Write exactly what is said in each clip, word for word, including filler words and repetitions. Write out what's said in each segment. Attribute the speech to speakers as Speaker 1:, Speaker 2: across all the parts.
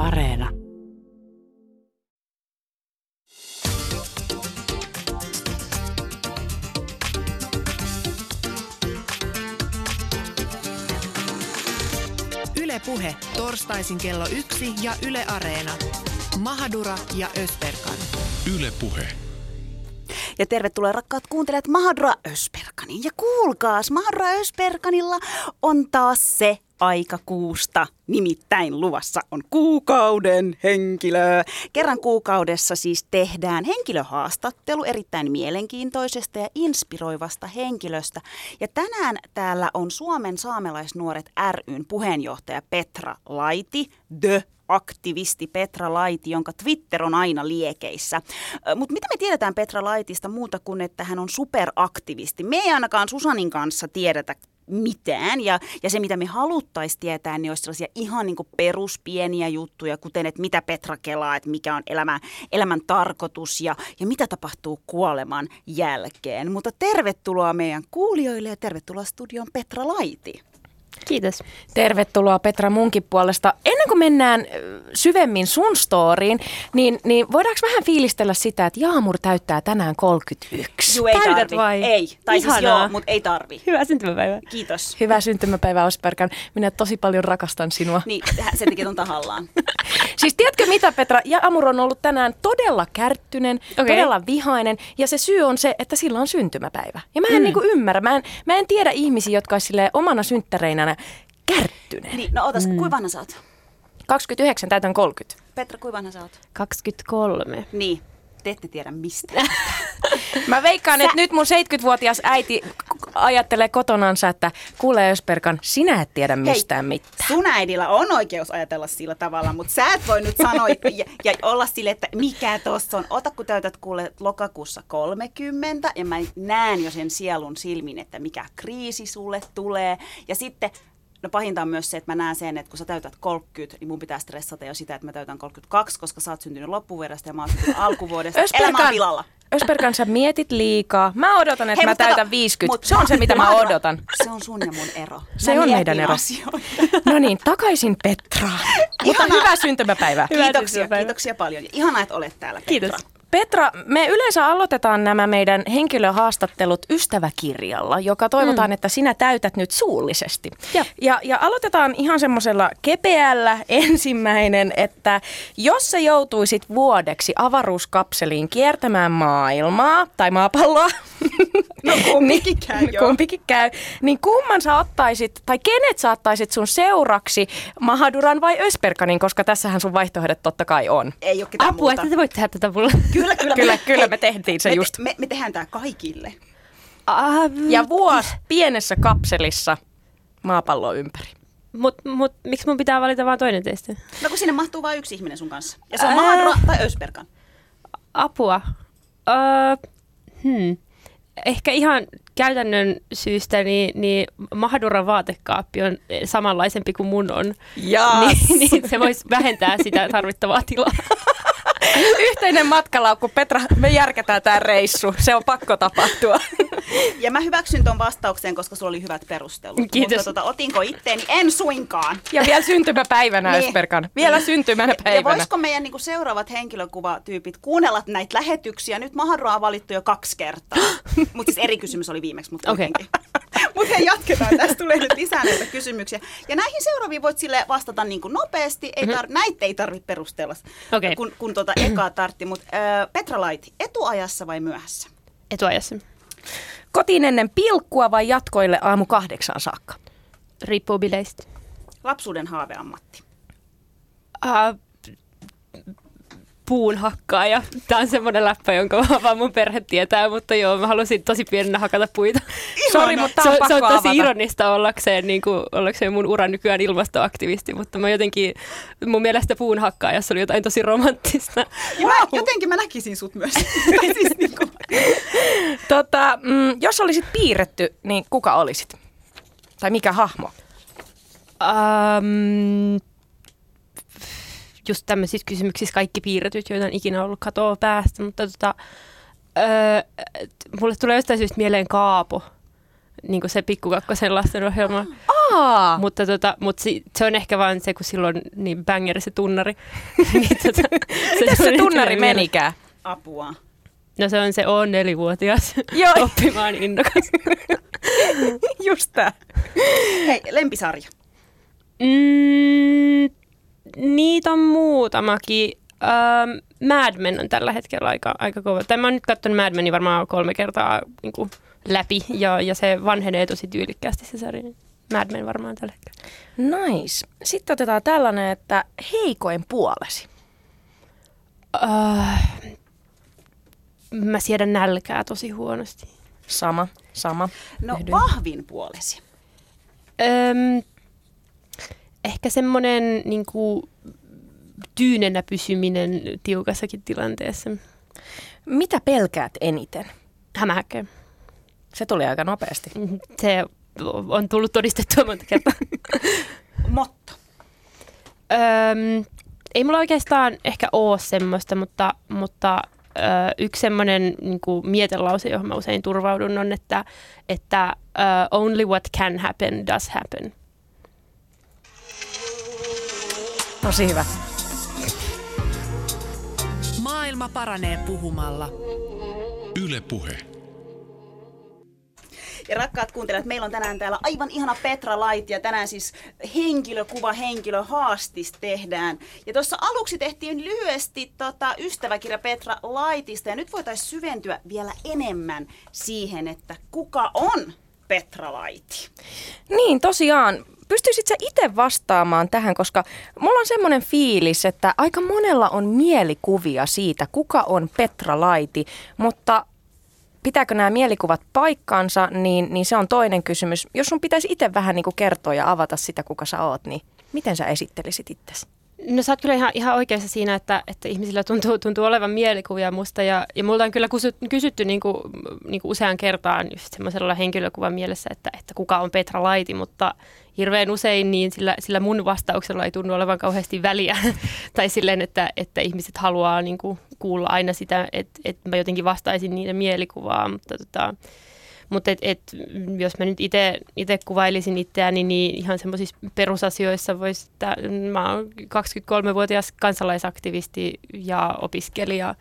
Speaker 1: Areena.
Speaker 2: Yle Puhe, torstaisin kello yksi ja Yle Areena. Mahadura ja Ösberkan.
Speaker 3: Yle Puhe.
Speaker 4: Ja tervetuloa rakkaat kuuntelijat Mahadura Ösberkaniin. Ja kuulkaas, Mahadura Ösberkanilla on taas se aika kuusta. Nimittäin luvassa on kuukauden henkilö. Kerran kuukaudessa siis tehdään henkilöhaastattelu erittäin mielenkiintoisesta ja inspiroivasta henkilöstä. Ja tänään täällä on Suomen saamelaisnuoret ry:n puheenjohtaja Petra Laiti, The aktivisti Petra Laiti, jonka Twitter on aina liekeissä. Mutta mitä me tiedetään Petra Laitista muuta kuin, että hän on superaktivisti? Me ei ainakaan Susanin kanssa tiedetä mitään. Ja, ja se, mitä me haluttaisiin tietää, niin olisi sellaisia ihan niin kuin peruspieniä juttuja, kuten että mitä Petra kelaa, että mikä on elämä, elämän tarkoitus ja, ja mitä tapahtuu kuoleman jälkeen. Mutta tervetuloa meidän kuulijoille ja tervetuloa studioon Petra Laiti.
Speaker 1: Kiitos. Tervetuloa Petra munkin puolesta. Ennen kuin mennään syvemmin sun storiin, niin, niin voidaanko vähän fiilistellä sitä, että Jaamur täyttää tänään kolmekymmentäyksi?
Speaker 4: Joo, ei
Speaker 1: Täytät
Speaker 4: tarvi.
Speaker 1: vai?
Speaker 4: Ei. Tai
Speaker 1: Ihanaa.
Speaker 4: siis joo, mutta ei tarvi.
Speaker 1: Hyvää syntymäpäivää.
Speaker 4: Kiitos.
Speaker 1: Hyvää syntymäpäivää, Ösberkan. Minä tosi paljon rakastan sinua.
Speaker 4: Niin, se teki ton tahallaan.
Speaker 1: Siis tiedätkö mitä, Petra? Jaamur on ollut tänään todella kärttynen, okay. todella vihainen. Ja se syy on se, että sillä on syntymäpäivä. Ja mä en mm. niinku ymmärrä. Mä en, mä en tiedä ihmisiä, jotka olisi omana synttäreinänä kärttyneen.
Speaker 4: Niin, no ootas, mm. kuinka vanha sä oot?
Speaker 1: kaksikymmentäyhdeksän, täytän kolmekymmentä.
Speaker 4: Petra, kuinka vanha sä oot?
Speaker 1: kaksikymmentäkolme.
Speaker 4: Niin, te ette tiedä mistä.
Speaker 1: Mä veikkaan,
Speaker 4: Sä...
Speaker 1: että nyt mun seitsemänkymmentävuotias äiti ajattelee kotonansa, että kuule Ösberkan, sinä et tiedä mistään
Speaker 4: Hei,
Speaker 1: mitään.
Speaker 4: Sun äidillä on oikeus ajatella sillä tavalla, mutta sä et voi nyt sanoa ja, ja olla sille, että mikä tossa on. Ota kun täytät kuule lokakuussa kolmekymmentä ja mä näen jo sen sielun silmin, että mikä kriisi sulle tulee. Ja sitten... No pahinta on myös se, että mä näen sen, että kun sä täytät kolmekymmentä, niin mun pitää stressata jo sitä, että mä täytän kolmekymmentäkaksi, koska sä oot syntynyt loppuvuodesta ja mä oon syntynyt alkuvuodesta. Elämä on pilalla.
Speaker 1: Ösberkan, sä mietit liikaa. Mä odotan, että
Speaker 4: Hei,
Speaker 1: mä täytän
Speaker 4: kato,
Speaker 1: viisikymmentä.
Speaker 4: Mut,
Speaker 1: se on se, mitä mä odotan.
Speaker 4: Se on sun ja mun ero.
Speaker 1: Se
Speaker 4: mä
Speaker 1: on meidän ero. No niin, takaisin Petraan. Mutta hyvää syntymäpäivää.
Speaker 4: Kiitoksia,
Speaker 1: syntymäpäivää.
Speaker 4: Kiitoksia paljon. Ihanaa, että olet täällä, Petra.
Speaker 1: Kiitos. Petra, me yleensä aloitetaan nämä meidän henkilöhaastattelut ystäväkirjalla, joka toivotaan, mm. että sinä täytät nyt suullisesti. Ja, ja, ja aloitetaan ihan semmoisella kepeällä ensimmäinen, että jos sä joutuisit vuodeksi avaruuskapseliin kiertämään maailmaa tai maapalloa,
Speaker 4: no kumpikin käy,
Speaker 1: niin, kumpikin käy, niin kumman sä ottaisit, tai kenet sä ottaisit sun seuraksi, Mahaduran vai Ösberkanin, koska tässähän sun vaihtoehdot totta kai on.
Speaker 4: Ei ole ketään
Speaker 5: Apua,
Speaker 4: muuta.
Speaker 5: että te voitte tehdä tätä mulle.
Speaker 4: Kyllä, kyllä,
Speaker 1: kyllä,
Speaker 4: me,
Speaker 1: kyllä
Speaker 4: hei,
Speaker 1: me tehtiin se
Speaker 4: me,
Speaker 1: just.
Speaker 4: Me, me tehdään tää kaikille.
Speaker 5: Uh,
Speaker 1: Ja vuosi pienessä kapselissa maapallon ympäri.
Speaker 5: Mut, mut miksi mun pitää valita vaan toinen teistä?
Speaker 4: No kun sinne mahtuu vain yksi ihminen sun kanssa. Ja se on Mahadura tai Ösberkan.
Speaker 5: Apua. Uh, hmm. Ehkä ihan käytännön syystä niin, niin Mahaduran vaatekaappi on samanlaisempi kuin mun on.
Speaker 1: Jaas.
Speaker 5: Niin, niin se voisi vähentää sitä tarvittavaa tilaa.
Speaker 1: Yhteinen matkalaukku. Petra, me järkätään tää reissu. Se on pakko tapahtua.
Speaker 4: Ja mä hyväksyn ton vastaukseen, koska sulla oli hyvät perustelut.
Speaker 5: Kiitos.
Speaker 4: Mutta tota, otinko itteeni? En suinkaan.
Speaker 1: Ja vielä syntymäpäivänä,
Speaker 4: Niin.
Speaker 1: Ösberkan. Vielä syntymänä
Speaker 4: Ja
Speaker 1: päivänä.
Speaker 4: voisiko meidän niin kuin seuraavat henkilökuvatyypit kuunnella näitä lähetyksiä? Nyt Mahadura on valittu jo kaksi kertaa. Mutta siis eri kysymys oli viimeksi, mutta
Speaker 5: Okei.
Speaker 4: kuitenkin. Mutta hei, jatketaan. Tästä tulee nyt lisää näitä kysymyksiä. Ja näihin seuraaviin voit sille vastata niin kuin nopeasti. Ei tar- näitä ei tarvitse perustella,
Speaker 5: Okei.
Speaker 4: kun, kun tuota ekaa tartti. Mutta äh, Petra Laiti, etuajassa vai myöhässä?
Speaker 5: Etuajassa.
Speaker 1: Kotiin ennen pilkkua vai jatkoille aamu kahdeksaan saakka?
Speaker 5: Riippuu bileistä.
Speaker 4: Lapsuuden haaveammatti.
Speaker 5: Uh, puunhakkaaja. Tämä on semmoinen läppä, jonka vaan mun perhe tietää, mutta joo, mä halusin tosi pienenä hakata puita.
Speaker 1: Sori, mutta
Speaker 5: se,
Speaker 1: on
Speaker 5: on, se on
Speaker 1: pakko
Speaker 5: tosi
Speaker 1: avata.
Speaker 5: ironista ollakseen, niin kuin, ollakseen mun ura nykyään ilmastoaktivisti, mutta mä jotenkin, mun mielestä puunhakkaajassa oli jotain tosi romanttista.
Speaker 4: Ja mä, jotenkin mä näkisin sut myös. siis niin kuin.
Speaker 1: Tota, mm, jos olisit piirretty, niin kuka olisit? Tai mikä hahmo?
Speaker 5: Um, just tämmöisissä kysymyksissä kaikki piirretyt, joita on ikinä ollut katoa päästä, mutta tota, öö, mulle tulee jostain syystä mieleen Kaapo, niin kuin se Pikkukakkosen lastenohjelma.
Speaker 1: Aa, Aa!
Speaker 5: Mutta, tota, mutta si, se on ehkä vaan se, kun silloin niin bangeri se tunnari. niin, tota,
Speaker 1: Mitäs se tunnari menikään?
Speaker 4: Apua.
Speaker 5: No se on se on nelivuotias
Speaker 1: Joo.
Speaker 5: oppimaan innokas.
Speaker 1: Just tää.
Speaker 4: Hei, lempisarja.
Speaker 5: Mm, niitä on muutamakin. Ähm, Mad Men on tällä hetkellä aika, aika kova. Tai mä oon nyt katsonut Mad Menin varmaan kolme kertaa niin kuin läpi ja, ja se vanhenee tosi tyylikkäästi se sarja. Mad Men varmaan tällä hetkellä.
Speaker 1: Nice. Sitten otetaan tällainen, että heikoin puolesi.
Speaker 5: Äh, mä siedän nälkää tosi huonosti.
Speaker 1: Sama, sama.
Speaker 4: No
Speaker 1: Yhdyn.
Speaker 4: vahvin puolesi.
Speaker 5: Öm, ehkä semmoinen niin kuin tyynenä pysyminen tiukassakin tilanteessa.
Speaker 1: Mitä pelkäät eniten?
Speaker 5: Hämähäkkä.
Speaker 1: Se tuli aika nopeasti.
Speaker 5: Se on tullut todistettua monta kertaa.
Speaker 4: Motto.
Speaker 5: Öm, ei mulla oikeastaan ehkä ole semmoista, mutta, mutta ö, yksi semmoinen niin kuin mietelause, johon mä usein turvaudun, on, että, että uh, only what can happen does happen.
Speaker 1: Tosi hyvä.
Speaker 2: Maailma paranee puhumalla.
Speaker 3: Yle Puhe.
Speaker 4: Ja rakkaat kuuntelijat, meillä on tänään täällä aivan ihana Petra Laiti ja tänään siis henkilökuva, henkilöhaastis tehdään. Ja tuossa aluksi tehtiin lyhyesti tota, ystäväkirja Petra Laitista ja nyt voitaisiin syventyä vielä enemmän siihen, että kuka on Petra Laiti?
Speaker 1: Niin, tosiaan. Pystyisit sä itse vastaamaan tähän, koska mulla on semmoinen fiilis, että aika monella on mielikuvia siitä, kuka on Petra Laiti, mutta pitääkö nämä mielikuvat paikkaansa, niin, niin se on toinen kysymys. Jos sun pitäisi itse vähän niin kuin kertoa ja avata sitä, kuka sä oot, niin miten sä esittelisit itsesi?
Speaker 5: No sä oot kyllä ihan, ihan oikeassa siinä, että, että ihmisillä tuntuu, tuntuu olevan mielikuvia musta ja, ja multa on kyllä kysytty, kysytty niin kuin, niin kuin usean kertaan just semmoisella henkilökuvan mielessä, että, että kuka on Petra Laiti, mutta hirveän usein niin sillä, sillä mun vastauksella ei tunnu olevan kauheasti väliä tai silleen, että, että ihmiset haluaa niin kuin kuulla aina sitä, että, että mä jotenkin vastaisin niiden mielikuvaa, mutta tota, Mutta et, et, jos mä nyt itse kuvailisin itseäni, niin ihan semmoisissa perusasioissa voisi, että mä oon kaksikymmentäkolmevuotias kansalaisaktivisti ja opiskelija,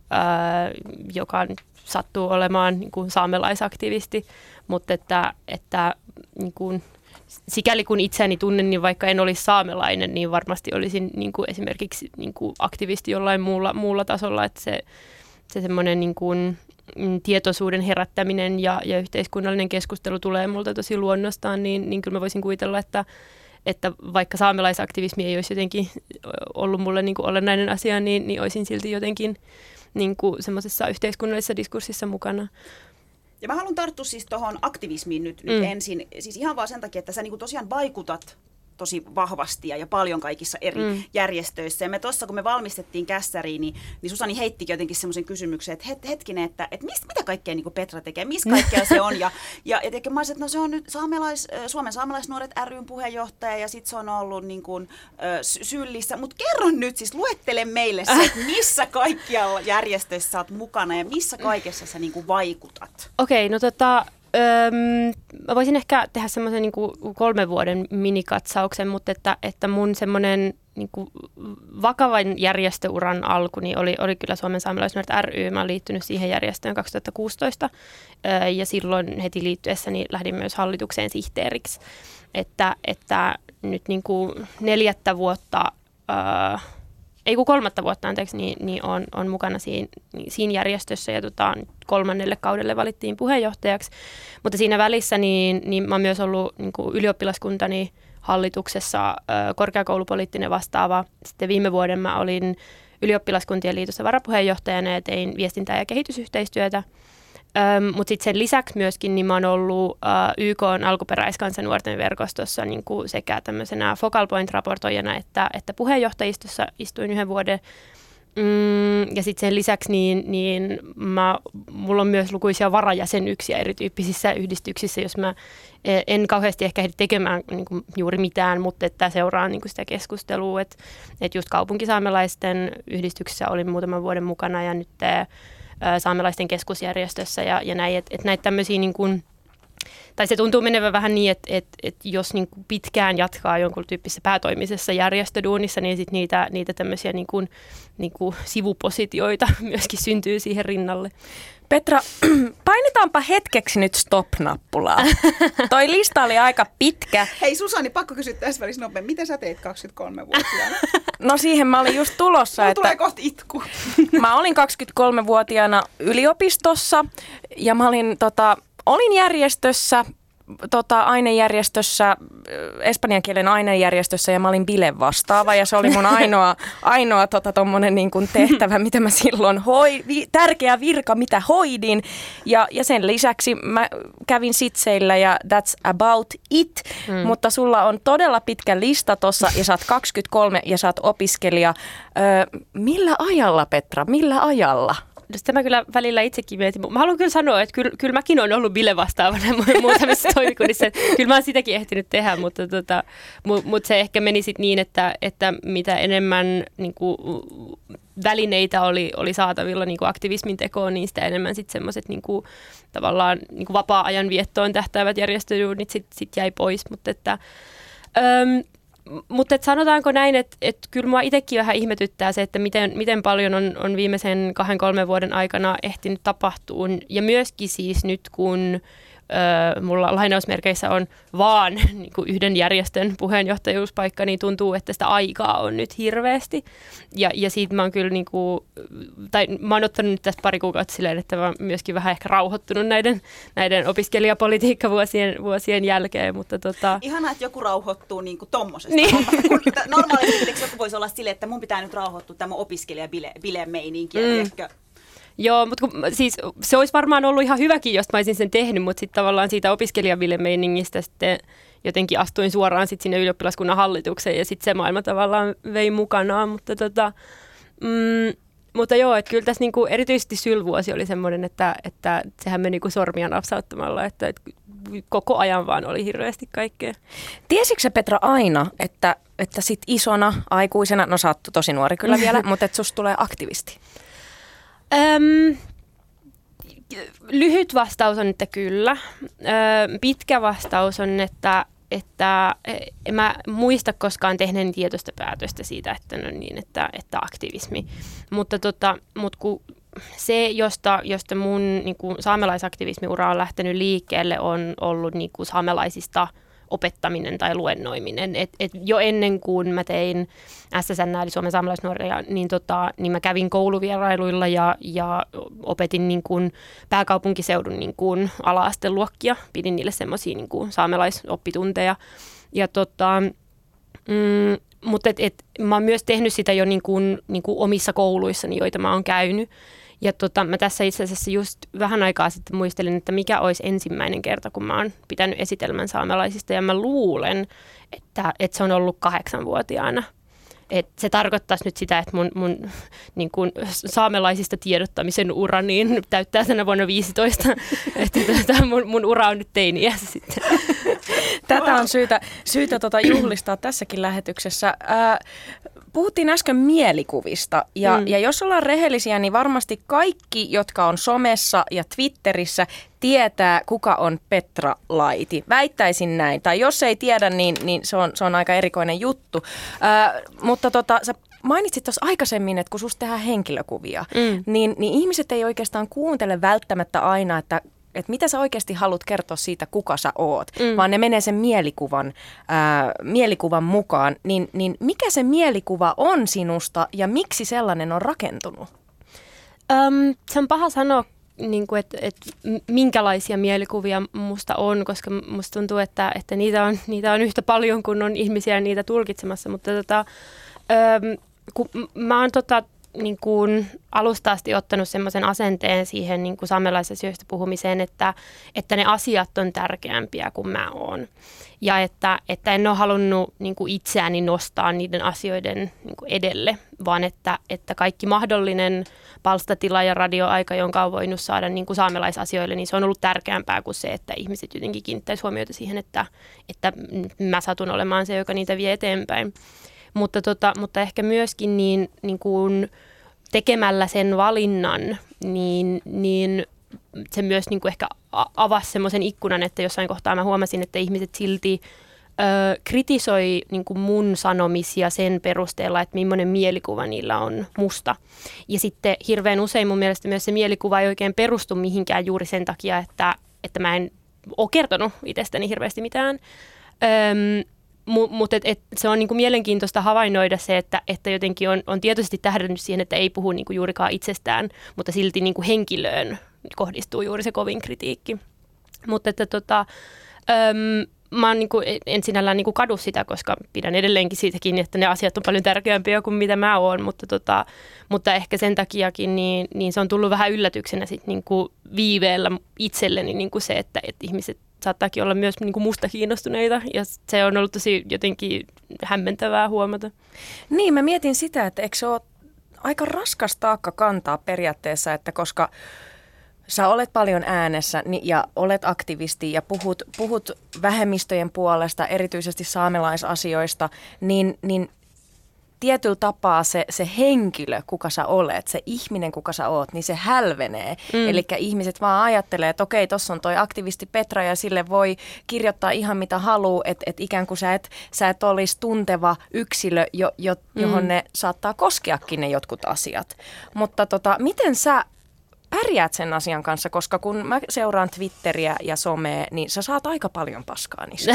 Speaker 5: ää, joka sattuu olemaan niin kuin saamelaisaktivisti, mutta että, että niin kuin, sikäli kun itseäni tunnen, niin vaikka en olisi saamelainen, niin varmasti olisin niin kuin esimerkiksi niin kuin aktivisti jollain muulla, muulla tasolla, että se, se semmoinen niin kuin tietoisuuden herättäminen ja, ja yhteiskunnallinen keskustelu tulee multa tosi luonnostaan, niin, niin kyllä mä voisin kuvitella, että, että vaikka saamelaisaktivismi ei olisi jotenkin ollut mulle niin kuin olennainen asia, niin, niin olisin silti jotenkin niin kuin semmoisessa yhteiskunnallisessa diskurssissa mukana.
Speaker 4: Ja mä haluan tarttua siis tuohon aktivismiin nyt,
Speaker 5: Mm.
Speaker 4: nyt ensin, siis ihan vaan sen takia, että sä niinku tosiaan vaikutat tosi vahvasti ja, ja paljon kaikissa eri mm. järjestöissä. Ja me tuossa, kun me valmistettiin kässäriin, niin, niin Susani heittikin jotenkin semmoisen kysymyksen, että het, hetkinen, että, että mistä, mitä kaikkea niin kuin Petra tekee, missä kaikkea se on. Ja, ja, ja mä olisin, että no se on nyt saamelais, Suomen saamelaisnuoret ry:n puheenjohtaja ja sitten se on ollut niin kuin, sy- Syllissä. Mutta kerro nyt siis, luettele meille se, että missä kaikkialla järjestöissä olet mukana ja missä kaikessa sä niin kuin vaikutat.
Speaker 5: Okei, no tota... Öm, mä voisin ehkä tehdä semmoisen niin kuin kolmen vuoden minikatsauksen, mutta että, että mun semmoinen niin kuin vakavan järjestöuran alku niin oli, oli kyllä Suomen saamelaisnuoret ry. Mä oon liittynyt siihen järjestöön kaksituhattakuusitoista öö, ja silloin heti liittyessäni lähdin myös hallitukseen sihteeriksi. Että, että nyt niin kuin neljättä vuotta... Öö, ei kun kolmatta vuotta, anteeksi, niin, niin on, on mukana siinä, siinä järjestössä ja tota, kolmannelle kaudelle valittiin puheenjohtajaksi. Mutta siinä välissä niin, niin mä oon myös ollut niin kuin ylioppilaskuntani hallituksessa ö, korkeakoulupoliittinen vastaava. Sitten viime vuoden mä olin ylioppilaskuntien liitossa varapuheenjohtajana ja tein viestintää ja kehitysyhteistyötä. Mutta sitten sen lisäksi myöskin niin mä oon ollut uh, Y K:n alkuperäiskansanuorten verkostossa niin kuin sekä tämmöisenä focal point-raportoijana että, että puheenjohtajistossa istuin yhden vuoden. Mm, ja sitten sen lisäksi niin, niin mä, mulla on myös lukuisia varajäsenyksiä erityyppisissä yhdistyksissä, jos mä en kauheasti ehkä ehdi tekemään niin kuin juuri mitään, mutta että seuraan niin kuin sitä keskustelua. Että et just kaupunkisaamelaisten yhdistyksessä olin muutaman vuoden mukana ja nyt saamelaisten keskusjärjestössä ja, ja näin, että et näitä tämmöisiä niin kuin tai se tuntuu menevän vähän niin, että, että, että jos niin kuin pitkään jatkaa jonkun tyyppisessä päätoimisessa järjestöduunissa, niin sit niitä, niitä tämmöisiä niin kuin, niin kuin sivupositioita myöskin syntyy siihen rinnalle.
Speaker 1: Petra, painetaanpa hetkeksi nyt stop-nappulaa. Toi lista oli aika pitkä.
Speaker 4: Hei Susanni, pakko kysyä tässä välissä nopein. Mitä sä teit kaksikymmentäkolmevuotiaana?
Speaker 1: No siihen mä olin just tulossa.
Speaker 4: Mulla
Speaker 1: että
Speaker 4: tulee kohta itku.
Speaker 1: Mä olin kaksikymmentäkolmevuotiaana yliopistossa ja mä olin, tota, olin järjestössä, tota, ainejärjestössä, espanjan kielen ainejärjestössä ja mä olin bile vastaava ja se oli mun ainoa, ainoa tota, tommonen niin kuin tehtävä, mitä mä silloin hoi, vi, tärkeä virka, mitä hoidin ja, ja sen lisäksi mä kävin sitseillä ja that's about it, hmm. mutta sulla on todella pitkä lista tossa ja sä oot kaksikymmentäkolme ja sä oot opiskelija. Öö, millä ajalla, Petra, millä ajalla?
Speaker 5: Sitä mä kyllä välillä itsekin mietin. Mä haluan kyllä sanoa, että kyllä, kyllä mäkin olen ollut bile vastaavana muutamissa toimikunnissa. Kyllä mä oon sitäkin ehtinyt tehdä, mutta tota, mu, mut se ehkä meni sitten niin, että, että mitä enemmän niin kuin, välineitä oli, oli saatavilla niin kuin aktivismin tekoon, niin sitä enemmän sitten semmoiset niin kuin, tavallaan niin kuin vapaa-ajan viettoon tähtäävät järjestöduunit sitten sit jäi pois. Mutta että... Öm, Mutta sanotaanko näin, että, että kyllä minua itsekin vähän ihmetyttää se, että miten, miten paljon on, on viimeisen kahden, kolmen vuoden aikana ehtinyt tapahtua. Ja myöskin siis nyt, kun ö, mulla lainausmerkeissä on vaan niin kuin yhden järjestön puheenjohtajuuspaikka, niin tuntuu, että sitä aikaa on nyt hirveästi. Ja, ja siitä mä oon kyllä, niin kuin, tai mä oon ottanut nyt tästä pari kuukautta silleen, että mä oon myöskin vähän ehkä rauhoittunut näiden, näiden opiskelijapolitiikkavuosien vuosien jälkeen. Mutta tota...
Speaker 4: Ihanaa, että joku rauhoittuu niin kuin tommosesta.
Speaker 5: Niin.
Speaker 4: Normaalisti joku voisi olla silleen, että mun pitää nyt rauhoittua tämä opiskelijabile-meininki. Mm.
Speaker 5: Joo, mutta kun, siis, se olisi varmaan ollut ihan hyväkin, jos mä olisin sen tehnyt, mutta sitten tavallaan siitä opiskelijabile-meiningistä sitten jotenkin astuin suoraan sit sinne ylioppilaskunnan hallitukseen ja sitten se maailma tavallaan vei mukanaan, mutta tota... Mm, Mutta joo, että kyllä tässä niinku erityisesti sylvuosi oli semmoinen, että, että sehän meni niinku sormia napsauttamalla, että, että koko ajan vaan oli hirveästi kaikkea.
Speaker 1: Tiesitkö sä, Petra, aina, että, että sit isona aikuisena, no sä oot tosi nuori kyllä vielä, mutta että susta tulee aktivisti?
Speaker 5: Öm, lyhyt vastaus on, että kyllä. Öö, pitkä vastaus on, että että en mä muista koskaan tehneeni tietoista päätöstä siitä, että, no niin, että, että aktivismi. Mutta tota, mut kun se, josta, josta mun niin kuin saamelaisaktivismiura on lähtenyt liikkeelle, on ollut niin kuin saamelaisista opettaminen tai luennoiminen. Et, et jo ennen kuin mä tein S S N, eli Suomen saamelaisnuoria, niin, tota, niin mä kävin kouluvierailuilla ja, ja opetin niin kuin pääkaupunkiseudun niin kuin ala-asteluokkia. Pidin niille semmoisia niin kuin saamelaisoppitunteja. Ja tota, mm, mutta et, et, mä oon myös tehnyt sitä jo niin kuin, niin kuin omissa kouluissani, joita mä oon käynyt. Ja tota, mä tässä itse asiassa just vähän aikaa sitten muistelin, että mikä olisi ensimmäinen kerta, kun mä oon pitänyt esitelmän saamelaisista. Ja mä luulen, että, että se on ollut kahdeksanvuotiaana. Et se tarkoittaisi nyt sitä, että mun, mun niin kun saamelaisista tiedottamisen ura niin täyttää tänä vuonna viisitoista. Että tota, mun, mun ura on nyt teini-iässä sitten.
Speaker 1: Tätä on syytä, syytä tota juhlistaa tässäkin lähetyksessä. Ää, puhuttiin äsken mielikuvista ja, mm. ja jos ollaan rehellisiä, niin varmasti kaikki, jotka on somessa ja Twitterissä, tietää, kuka on Petra Laiti. Väittäisin näin. Tai jos ei tiedä, niin, niin se, on, se on aika erikoinen juttu. Ää, mutta tota, sä mainitsit tuossa aikaisemmin, että kun susta tehdään henkilökuvia, mm. niin, niin ihmiset ei oikeastaan kuuntele välttämättä aina, että että mitä sä oikeasti haluat kertoa siitä, kuka sä oot, mm. vaan ne menee sen mielikuvan, ää, mielikuvan mukaan. Niin, niin mikä se mielikuva on sinusta ja miksi sellainen on rakentunut?
Speaker 5: Öm, se on paha sanoa, niin kuin, että, että minkälaisia mielikuvia musta on, koska musta tuntuu, että, että niitä, on, niitä on yhtä paljon kuin on ihmisiä niitä tulkitsemassa. Mutta tota, öm, kun mä oon tota, niin kuin alusta asti ottanut semmoisen asenteen siihen niin kuin saamelaisasioista puhumiseen, että, että ne asiat on tärkeämpiä kuin mä oon. Ja että, että en ole halunnut niin kuin itseäni nostaa niiden asioiden niin kuin edelle, vaan että, että kaikki mahdollinen palstatila ja radioaika, jonka on voinut saada niin kuin saamelaisasioille, niin se on ollut tärkeämpää kuin se, että ihmiset jotenkin kiinnittäisi huomiota siihen, että, että mä satun olemaan se, joka niitä vie eteenpäin. Mutta, tota, mutta ehkä myöskin niin, niin kuin tekemällä sen valinnan, niin, niin se myös niin kuin ehkä avasi semmoisen ikkunan, että jossain kohtaa mä huomasin, että ihmiset silti ö, kritisoi niin kuin mun sanomisia sen perusteella, että millainen mielikuva niillä on musta. Ja sitten hirveän usein mun mielestä myös se mielikuva ei oikein perustu mihinkään juuri sen takia, että, että mä en ole kertonut itsestäni hirveästi mitään. Öm, Mutta et, et se on niinku mielenkiintoista havainnoida se, että, että jotenkin on, on tietoisesti tähdännyt siihen, että ei puhu niinku juurikaan itsestään, mutta silti niinku henkilöön kohdistuu juuri se kovin kritiikki. Mutta että tota, äm, mä oon niinku, en sinällään niinku kadu sitä, koska pidän edelleenkin siitäkin, että ne asiat on paljon tärkeämpiä kuin mitä mä oon, mutta, tota, mutta ehkä sen takiakin niin, niin se on tullut vähän yllätyksenä sit niinku viiveellä itselleni niinku se, että, että ihmiset saattaakin olla myös niin kuin musta kiinnostuneita, ja se on ollut tosi jotenkin hämmentävää huomata.
Speaker 1: Niin, mä mietin sitä, että eikö se ole aika raskas taakka kantaa periaatteessa, että koska sä olet paljon äänessä ja olet aktivisti ja puhut, puhut vähemmistöjen puolesta, erityisesti saamelaisasioista, niin, niin tietyllä tapaa se, se henkilö, kuka sä olet, se ihminen, kuka sä oot, niin se hälvenee. Mm. Eli ihmiset vaan ajattelee, että okei, tossa on toi aktivisti Petra ja sille voi kirjoittaa ihan mitä haluaa, että et ikään kuin sä et, sä et olisi tunteva yksilö, jo, jo, johon mm. ne saattaa koskeakin ne jotkut asiat. Mutta tota, miten sä pärjäät sen asian kanssa, koska kun mä seuraan Twitteriä ja somea, niin sä saat aika paljon paskaa niistä.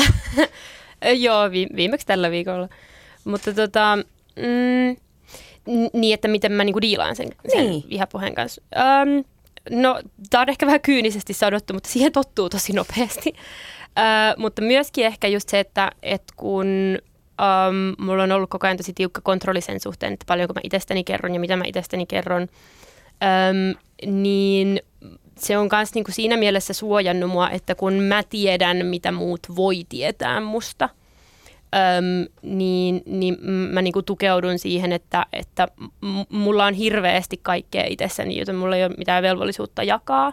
Speaker 5: Joo, vi- viimeksi tällä viikolla. Mutta tota... Mm, niin, että miten mä niinku diilaan sen, sen niin. vihapuheen kanssa. Um, no, tää on ehkä vähän kyynisesti sanottu, mutta siihen tottuu tosi nopeasti. Uh, mutta myöskin ehkä just se, että et kun um, mulla on ollut koko ajan tosi tiukka kontrolli sen suhteen, että paljonko mä itsestäni kerron ja mitä mä itsestäni kerron, um, niin se on myös niinku siinä mielessä suojannut mua, että kun mä tiedän, mitä muut voi tietää musta, Öm, niin, niin mä niinku tukeudun siihen, että, että m- mulla on hirveästi kaikkea itsessäni, joten mulla ei ole mitään velvollisuutta jakaa.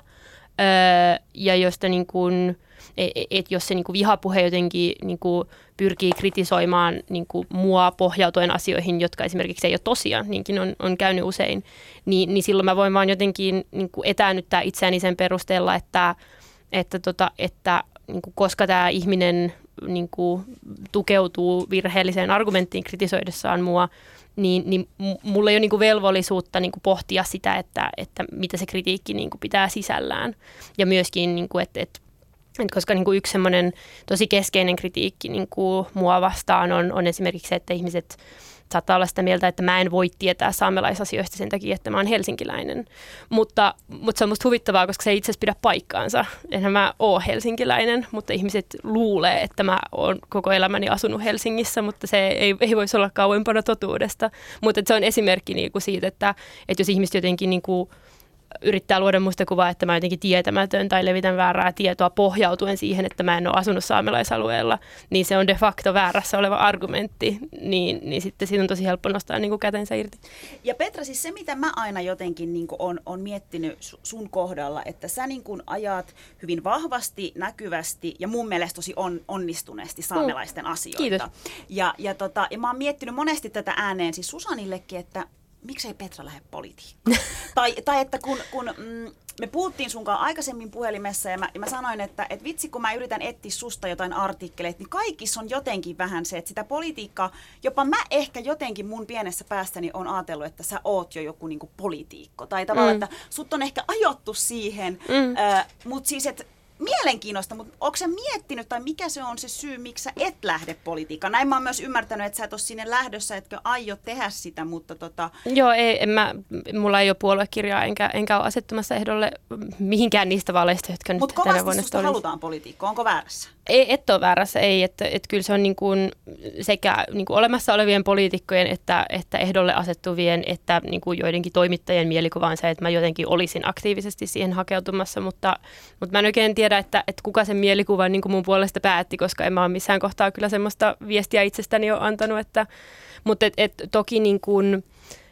Speaker 5: Öö, ja josta niinku, et, et jos se niinku vihapuhe jotenkin niinku pyrkii kritisoimaan niinku mua pohjautuen asioihin, jotka esimerkiksi ei ole tosiaan, niinkin on, on käynyt usein, niin, niin silloin mä voin vaan jotenkin niinku etäännyttää itseäni sen perusteella, että, että, tota, että niinku, koska tämä ihminen niin kuin tukeutuu virheelliseen argumenttiin kritisoidessaan mua, niin, niin mulla ei ole niin kuin velvollisuutta niin kuin pohtia sitä, että, että mitä se kritiikki niin kuin pitää sisällään. Ja myöskin, niin kuin, että, että, että koska niin kuin yksi semmoinen tosi keskeinen kritiikki niin kuin mua vastaan on, on esimerkiksi se, että ihmiset saattaa olla sitä mieltä, että mä en voi tietää saamelaisasioista sen takia, että mä oon helsinkiläinen. Mutta, mutta se on musta huvittavaa, koska se ei itse asiassa pidä paikkaansa. Enhän mä oo helsinkiläinen, mutta ihmiset luulee, että mä oon koko elämäni asunut Helsingissä, mutta se ei, ei voisi olla kauempana totuudesta. Mutta se on esimerkki niinku siitä, että, että jos ihmiset jotenkin niinku yrittää luoda musta kuvaa, että mä oon jotenkin tietämätön tai levitän väärää tietoa pohjautuen siihen, että mä en ole asunut saamelaisalueella, niin se on de facto väärässä oleva argumentti, niin, niin sitten siitä on tosi helppo nostaa niin kuin kätensä irti.
Speaker 4: Ja Petra, siis se mitä mä aina jotenkin niin kuin on, on miettinyt sun kohdalla, että sä niin kuin ajat hyvin vahvasti, näkyvästi ja mun mielestä tosi on, onnistuneesti saamelaisten mm. asioita.
Speaker 5: Kiitos.
Speaker 4: Ja, ja, tota, ja mä oon miettinyt monesti tätä ääneen siis Susanillekin, että miksei Petra lähde politiikkaan? tai, tai että kun, kun mm, me puhuttiin sunkaan aikaisemmin puhelimessa ja mä, ja mä sanoin, että et vitsi kun mä yritän etsiä susta jotain artikkeleita, niin kaikissa on jotenkin vähän se, että sitä politiikkaa, jopa mä ehkä jotenkin mun pienessä päässäni on ajatellut, että sä oot jo joku niinku poliitikko. Tai tavallaan, mm. että sut on ehkä ajottu siihen, mm. äh, mutta siis, että mielenkiinnosta, mutta onko sä miettinyt, tai mikä se on se syy, miksi sä et lähde politiikkaan? Näin mä oon myös ymmärtänyt, että sä et ole sinne lähdössä, etkö aio tehdä sitä, mutta tota...
Speaker 5: Joo, ei, en mä, mulla ei ole puoluekirjaa, enkä, enkä ole asettumassa ehdolle mihinkään niistä vaaleista, jotka
Speaker 4: Mut
Speaker 5: nyt tänä vuonna
Speaker 4: kovasti susta halutaan politiikkoa, onko väärässä?
Speaker 5: Ei, et ole väärässä, ei. Että et kyllä se on niin kuin sekä niin kuin olemassa olevien poliitikkojen, että, että ehdolle asettuvien, että niin kuin joidenkin toimittajien mielikuva on se, että mä jotenkin olisin aktiivisesti siihen hakeutumassa, mutta, mutta mä en oikein tiedä, että, että kuka sen mielikuvan niin kuin mun puolesta päätti, koska en mä ole missään kohtaa kyllä semmoista viestiä itsestäni ole antanut. Että, mutta et, et, toki niin kuin,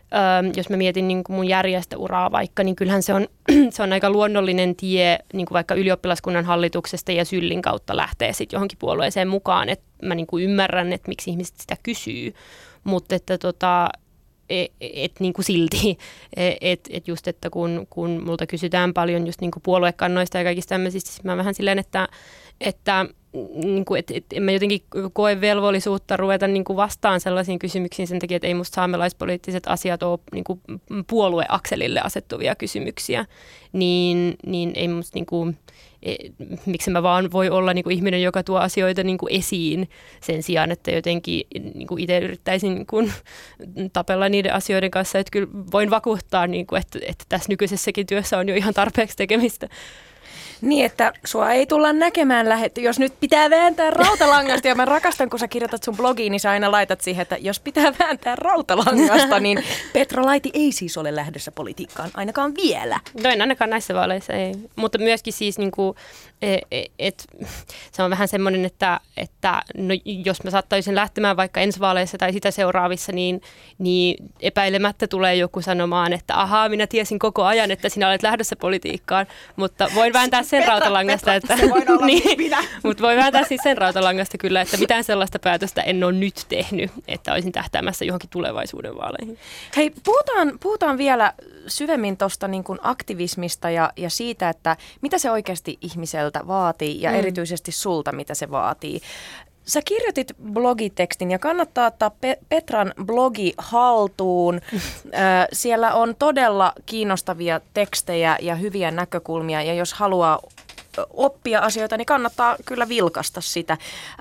Speaker 5: ö, jos mä mietin niin kuin mun järjestöuraa vaikka, niin kyllähän se on, se on aika luonnollinen tie niin kuin vaikka ylioppilaskunnan hallituksesta ja Syllin kautta lähtee sitten johonkin puolueeseen mukaan. Että mä niin kuin ymmärrän, että miksi ihmiset sitä kysyy, mutta että tota, et, et, niin kuin silti, että et just, että kun, kun multa kysytään paljon just niin kuin puoluekannoista ja kaikista tämmöisistä, siis mä vähän silleen, että, että niin kuin, et, et, en mä jotenkin koe velvollisuutta ruveta niin kuin vastaan sellaisiin kysymyksiin sen takia, että ei musta saamelaispoliittiset asiat ole niin kuin puolueakselille asettuvia kysymyksiä, niin, niin ei musta niin kuin, e, miksi mä vaan voi olla niin kuin ihminen, joka tuo asioita niin kuin esiin sen sijaan, että jotenkin niin kuin itse yrittäisin niin kuin tapella niiden asioiden kanssa, että kyllä voin vakuuttaa, niin kuin, että, että tässä nykyisessäkin työssä on jo ihan tarpeeksi tekemistä.
Speaker 1: Niin, että sua ei tulla näkemään lähetty. Jos nyt pitää vääntää rautalangasta, ja mä rakastan, kun sä kirjoitat sun blogiin, niin sä aina laitat siihen, että jos pitää vääntää rautalangasta, niin Petra Laiti ei siis ole lähdössä politiikkaan, ainakaan vielä.
Speaker 5: No en ainakaan näissä vaaleissa, ei. Mutta myöskin siis, niin kuin, et, et, se on vähän semmoinen, että, että no, jos mä saattaisin lähtemään vaikka ensi vaaleissa tai sitä seuraavissa, niin, niin epäilemättä tulee joku sanomaan, että ahaa, minä tiesin koko ajan, että sinä olet lähdössä politiikkaan, mutta voin vääntää sen Petra, rautalangasta,
Speaker 4: Petra,
Speaker 5: että,
Speaker 4: niin,
Speaker 5: mutta voi vääntää siis sen rautalangasta kyllä, että mitään sellaista päätöstä en ole nyt tehnyt, että olisin tähtäämässä johonkin tulevaisuuden vaaleihin.
Speaker 1: Hei, puhutaan, puhutaan vielä syvemmin tuosta niin kuin aktivismista ja, ja siitä, että mitä se oikeasti ihmiseltä vaatii ja mm. erityisesti sulta, mitä se vaatii. Sä kirjoitit blogitekstin ja kannattaa ottaa Pe- Petran blogi haltuun. Siellä on todella kiinnostavia tekstejä ja hyviä näkökulmia ja jos haluaa oppia asioita, niin kannattaa kyllä vilkasta sitä.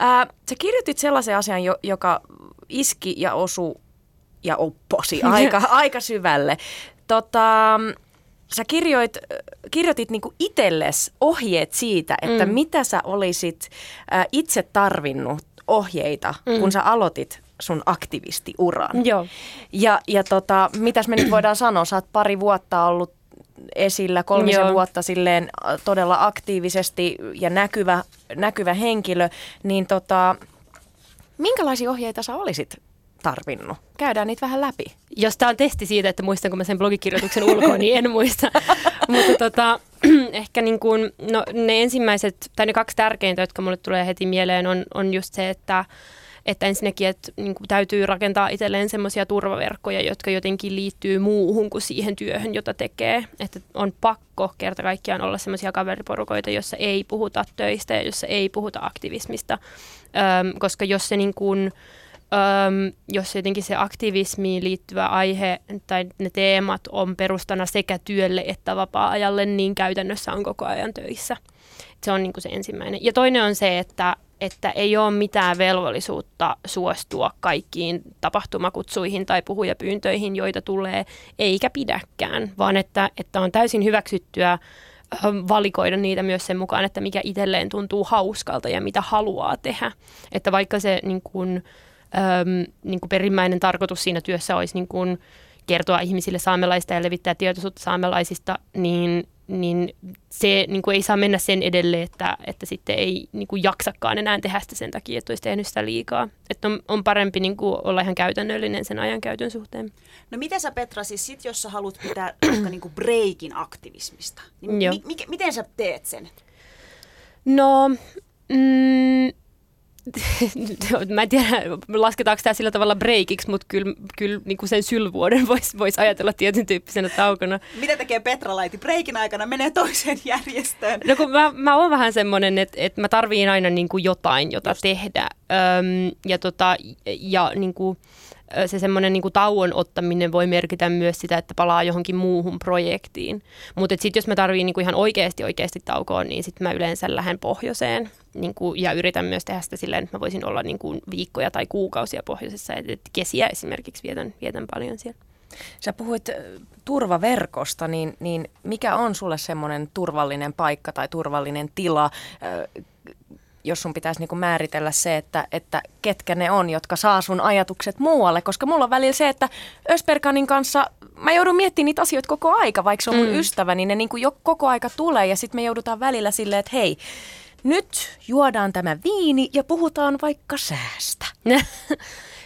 Speaker 1: Sä kirjoitit sellaisen asian, joka iski ja osui ja opposi aika, aika syvälle. Tota... Sä kirjoit, kirjoitit niinku itsellesi ohjeet siitä, että mm. mitä sä olisit ä, itse tarvinnut ohjeita, mm. kun sä aloitit sun aktivistiuran.
Speaker 5: Joo.
Speaker 1: Ja, ja tota, mitäs me nyt voidaan sanoa, sä oot pari vuotta ollut esillä, kolmisen Joo. vuotta silleen todella aktiivisesti ja näkyvä, näkyvä henkilö, niin tota, minkälaisia ohjeita sä olisit tarvinnut? Käydään niitä vähän läpi.
Speaker 5: Jos tämä on testi siitä, että muistanko mä sen blogikirjoituksen ulkoa, niin en muista. Mutta tota, ehkä niin kuin, no, ne ensimmäiset, tai ne kaksi tärkeintä, jotka mulle tulee heti mieleen, on, on just se, että, että ensinnäkin että, niin kuin täytyy rakentaa itselleen semmoisia turvaverkkoja, jotka jotenkin liittyy muuhun kuin siihen työhön, jota tekee. Että on pakko kerta kaikkiaan olla semmoisia kaveriporukoita, jossa ei puhuta töistä ja jossa ei puhuta aktivismista, Öm, koska jos se niin kuin Öm, jos jotenkin se aktivismiin liittyvä aihe tai ne teemat on perustana sekä työlle että vapaa-ajalle, niin käytännössä on koko ajan töissä. Se on niin kuin se ensimmäinen. Ja toinen on se, että, että ei ole mitään velvollisuutta suostua kaikkiin tapahtumakutsuihin tai puhujapyyntöihin, joita tulee, eikä pidäkään, vaan että, että on täysin hyväksyttyä valikoida niitä myös sen mukaan, että mikä itselleen tuntuu hauskalta ja mitä haluaa tehdä. Että vaikka se niin kuin, Öm, niin kuin perimmäinen tarkoitus siinä työssä olisi niin kuin kertoa ihmisille saamelaista ja levittää tietoisuutta saamelaisista, niin, niin se niin kuin ei saa mennä sen edelle, että, että sitten ei niin kuin jaksakaan enää tehdä sitä sen takia, että olisi tehnyt sitä liikaa. Että on, on parempi niin kuin olla ihan käytännöllinen sen ajankäytön suhteen.
Speaker 4: No mitä sä, Petra, siis sit, jos sä haluat pitää vaikka niin kuin breikin aktivismista, niin mi- mi- miten sä teet sen?
Speaker 5: No... Mm, mä en tiedä, lasketaanko tämä sillä tavalla breikiksi, mutta kyllä, kyllä niin kuin sen sylvuoden voisi vois ajatella tietyn tyyppisenä taukona.
Speaker 4: Mitä tekee Petra Laiti breikin aikana? Menee toiseen järjestöön.
Speaker 5: No kun mä, mä oon vähän semmoinen, että, että mä tarviin aina niin kuin jotain, jota Just. tehdä. Öm, ja tota, ja niin kuin, se semmoinen niin kuin tauon ottaminen voi merkitä myös sitä, että palaa johonkin muuhun projektiin. Mutta sitten jos mä tarviin niin kuin ihan oikeasti oikeasti taukoon, niin sitten mä yleensä lähden pohjoiseen. Niin kuin, ja yritän myös tehdä sitä silleen, että mä voisin olla niin kuin viikkoja tai kuukausia pohjoisessa. Et, et kesiä esimerkiksi vietän, vietän paljon siellä.
Speaker 1: Sä puhuit turvaverkosta, niin, niin mikä on sulle semmoinen turvallinen paikka tai turvallinen tila, jos sun pitäisi niinku määritellä se, että, että ketkä ne on, jotka saa sun ajatukset muualle? Koska mulla on välillä se, että Ösperkanin kanssa mä joudun miettimään niitä asioita koko aika, vaikka se on mun mm. ystävä, niin ne niinku jo koko aika tulee ja sitten me joudutaan välillä silleen, että hei, nyt juodaan tämä viini ja puhutaan vaikka säästä.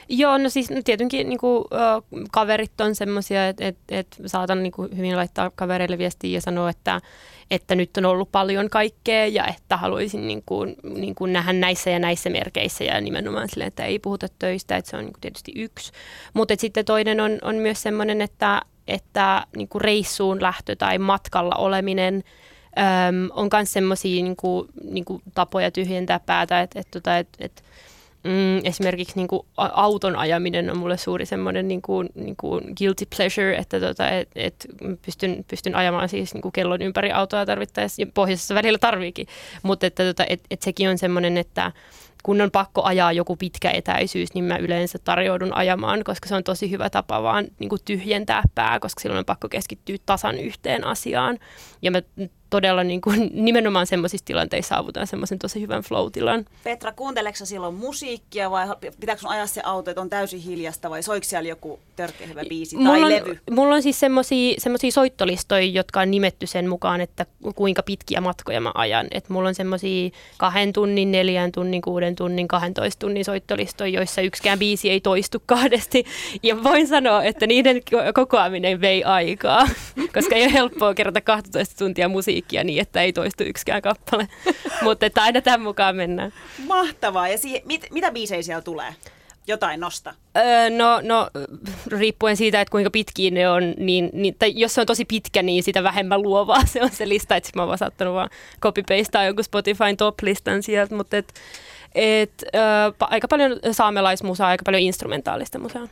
Speaker 5: Joo, no siis no tietenkin niin kuin, uh, kaverit on semmoisia, että et, et saatan niin kuin hyvin laittaa kavereille viestiä ja sanoa, että, että nyt on ollut paljon kaikkea ja että haluaisin niin kuin, niin kuin nähdä näissä ja näissä merkeissä ja nimenomaan silleen, että ei puhuta töistä, että se on niin kuin tietysti yksi. Mutta sitten toinen on, on myös semmoinen, että, että niin kuin reissuun lähtö tai matkalla oleminen Öm, on myös semmoisia niinku, niinku tapoja tyhjentää päätä, että et, tota, et, et, mm, esimerkiksi niinku, auton ajaminen on mulle suuri semmoinen niinku, niinku guilty pleasure, että tota, et, et pystyn, pystyn ajamaan siis niinku kellon ympäri autoa tarvittaessa, ja pohjoisessa välillä tarviikin, mutta että, tota, et, et sekin on semmoinen, että kun on pakko ajaa joku pitkä etäisyys, niin mä yleensä tarjoudun ajamaan, koska se on tosi hyvä tapa vaan niin kuin tyhjentää pää, koska silloin on pakko keskittyä tasan yhteen asiaan. Ja mä todella niin kuin, nimenomaan semmoisissa tilanteissa saavutaan semmoisen tosi hyvän flow-tilan.
Speaker 4: Petra, kuunteleksä silloin musiikkia vai pitääkö sun ajaa se auto, että on täysin hiljasta vai soiko siellä joku törkeä hyvä biisi tai
Speaker 5: mulla on,
Speaker 4: levy?
Speaker 5: Mulla on siis semmoisia soittolistoja, jotka on nimetty sen mukaan, että kuinka pitkiä matkoja mä ajan. Et mulla on semmoisia kahden tunnin, neljän tunnin, kuuden tunnin, kahdentoista tunnin soittolistoja, joissa yksikään biisi ei toistu kahdesti. Ja voin sanoa, että niiden kokoaminen vei aikaa, koska ei ole helppoa kerätä kaksitoista tuntia musiikkia niin, että ei toistu yksikään kappale. Mutta että aina tämän mukaan mennään.
Speaker 4: Mahtavaa. Ja siihen, mit, mitä biisejä siellä tulee? Jotain nosta.
Speaker 5: Öö, no, no, riippuen siitä, että kuinka pitkiä ne on, niin, niin, tai jos se on tosi pitkä, niin sitä vähemmän luovaa se on se lista. Että mä oon vaan saattanut vaan copy-pastaa jonkun Spotifyn top-listan sieltä, mutta et, et, öö, aika paljon saamelaismusaa, aika paljon instrumentaalista musaa.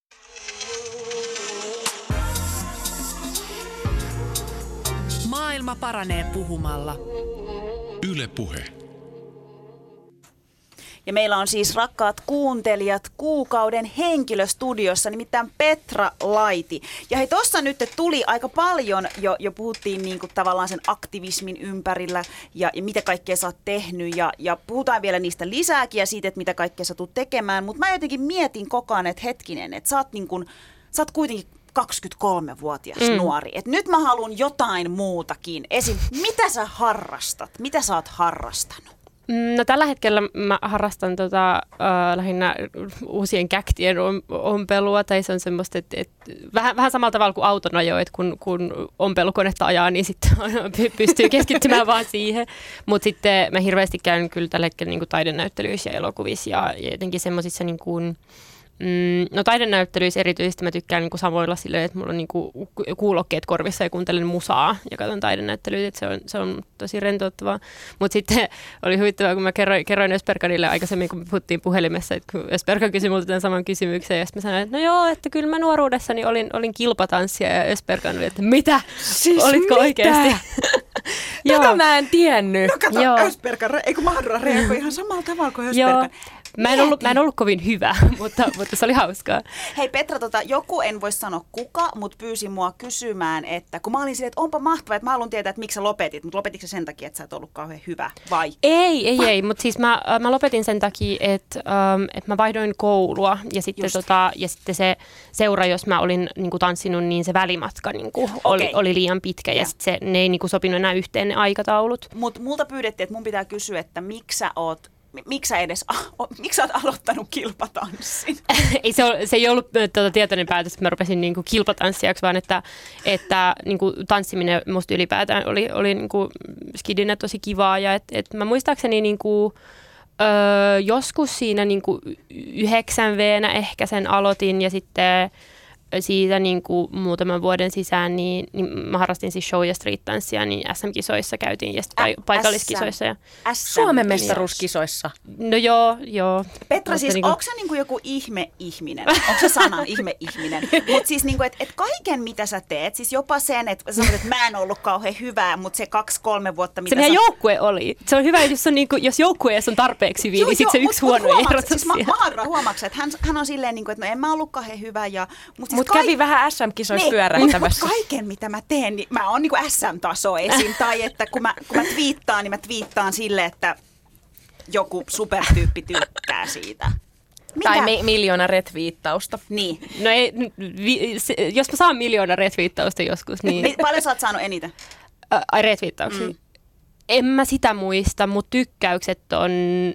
Speaker 2: Maailma paranee puhumalla.
Speaker 3: Yle Puhe.
Speaker 4: Ja meillä on siis, rakkaat kuuntelijat, kuukauden henkilöstudiossa, nimittäin Petra Laiti. Ja hei, tuossa nyt tuli aika paljon, jo, jo puhuttiin niin kuin tavallaan sen aktivismin ympärillä ja, ja mitä kaikkea sä oot tehnyt. Ja, ja puhutaan vielä niistä lisääkin ja siitä, että mitä kaikkea sä tulet tekemään. Mutta mä jotenkin mietin koko ajan, että hetkinen, että sä oot, niin kuin, sä oot kuitenkin kaksikymmentäkolmevuotias mm. nuori. Et nyt mä haluan jotain muutakin. Esim. Mitä sä harrastat? Mitä sä oot harrastanut?
Speaker 5: No tällä hetkellä mä harrastan tota, äh, lähinnä uusien käktien ompelua, tai se on semmoista, että et, vähän, vähän samalla tavalla kuin auton ajo, että kun, kun ompelukonetta ajaa, niin sitten pystyy keskittymään vaan siihen. Mutta sitten mä hirveästi käyn kyllä tällä hetkellä niin kuin taidenäyttelyissä ja elokuvissa ja jotenkin semmoisissa niin kuin Mm, no taidenäyttelyissä erityisesti mä tykkään niinku samoilla silleen, että mulla on niinku kuulokkeet korvissa ja kuuntelen musaa ja katson taidenäyttelyitä, että se on, se on tosi rentouttavaa. Mutta sitten oli huvittavaa, kun mä kerroin, kerroin Ösperkanille aikaisemmin, kun me puhuttiin puhelimessa, että kun Ösperkan kysyi multa tämän saman kysymyksen ja sitten mä sanoin, että no joo, että kyllä mä nuoruudessani olin, olin kilpatanssia ja Ösperkan oli, että mitä?
Speaker 1: Siis
Speaker 5: olitko
Speaker 1: mitä?
Speaker 5: oikeasti?
Speaker 1: Tätä mä en tiennyt.
Speaker 4: No kato, Ösperkan, eikö Mahdura reagoi ihan samalla tavalla kuin Ösperkan?
Speaker 5: Mä en, ollut, mä en ollut kovin hyvä, mutta, mutta se oli hauskaa.
Speaker 4: Hei Petra, tota, joku, en voi sanoa kuka, mutta pyysi mua kysymään, että kun mä olin silleen, että onpa mahtavaa, että mä haluan tietää, että miksi sä lopetit, mutta lopetitko sä sen takia, että sä et ollut kauhean hyvä, vai?
Speaker 5: Ei, ei, ei, mutta siis mä, mä lopetin sen takia, että, ähm, että mä vaihdoin koulua ja sitten, tota, ja sitten se seura, jos mä olin niin kuin tanssinut, niin se välimatka niin kuin oli, okay. oli liian pitkä ja, ja sitten se, ne ei niin kuin sopinut enää yhteen ne aikataulut.
Speaker 4: Mutta multa pyydettiin, että mun pitää kysyä, että miksi sä oot Miksi sä edes, miksi sä oot aloittanut kilpatanssin?
Speaker 5: ei, se, se ei ollut tuota, tietoinen päätös, että mä rupesin niinku kilpatanssijaksi, vaan että, että niinku, tanssiminen musta ylipäätään oli, oli niinku, skidinä tosi kivaa. Ja et, et mä muistaakseni niinku, öö, joskus siinä niinku, yhdeksän vuotta ehkä sen aloitin ja sitten siitä niin kuin muutaman vuoden sisään, niin, niin mä harrastin siis show- ja street-tanssia, niin S M-kisoissa käytiin ja sitten Ä- paikalliskisoissa. Ja
Speaker 1: Suomen mestaruuskisoissa?
Speaker 5: No joo, joo.
Speaker 4: Petra, mutta siis niin kuin onko sä niin kuin joku ihme-ihminen? Onko se sana ihme-ihminen? Mutta siis, niin kuin, että et kaiken mitä sä teet, siis jopa sen, että sanoit, että mä en ollut kauhean hyvää, mutta se kaksi-kolme vuotta, mitä
Speaker 5: se meidän
Speaker 4: sä...
Speaker 5: joukkue oli. Se on hyvä, jos, on niin kuin, jos joukkueessa on tarpeeksi hyvin, niin sitten se yksi huono ei erota
Speaker 4: siis siellä. Mahdra, huomaatko, että hän, hän on silleen, niin kuin, että no en mä ollut kauhean hyvä. Ja, mutta siis
Speaker 1: Mut kävi kaik... vähän S M-kisoissa niin, pyörähtämässä.
Speaker 4: Mutta kaiken mitä mä teen, niin mä oon niin kuin S M-taso esim. Tai että kun mä, kun mä twiittaan, niin mä twiittaan silleen, että joku supertyyppi tykkää siitä.
Speaker 1: Mitä? Tai mi- miljoona retviittausta.
Speaker 4: Niin.
Speaker 5: No ei, vi, se, jos mä saan miljoona retviittausta joskus, niin...
Speaker 4: Paljon sä oot saanut eniten?
Speaker 5: Ai retviittauksia? Mm. En mä sitä muista, mutta tykkäykset on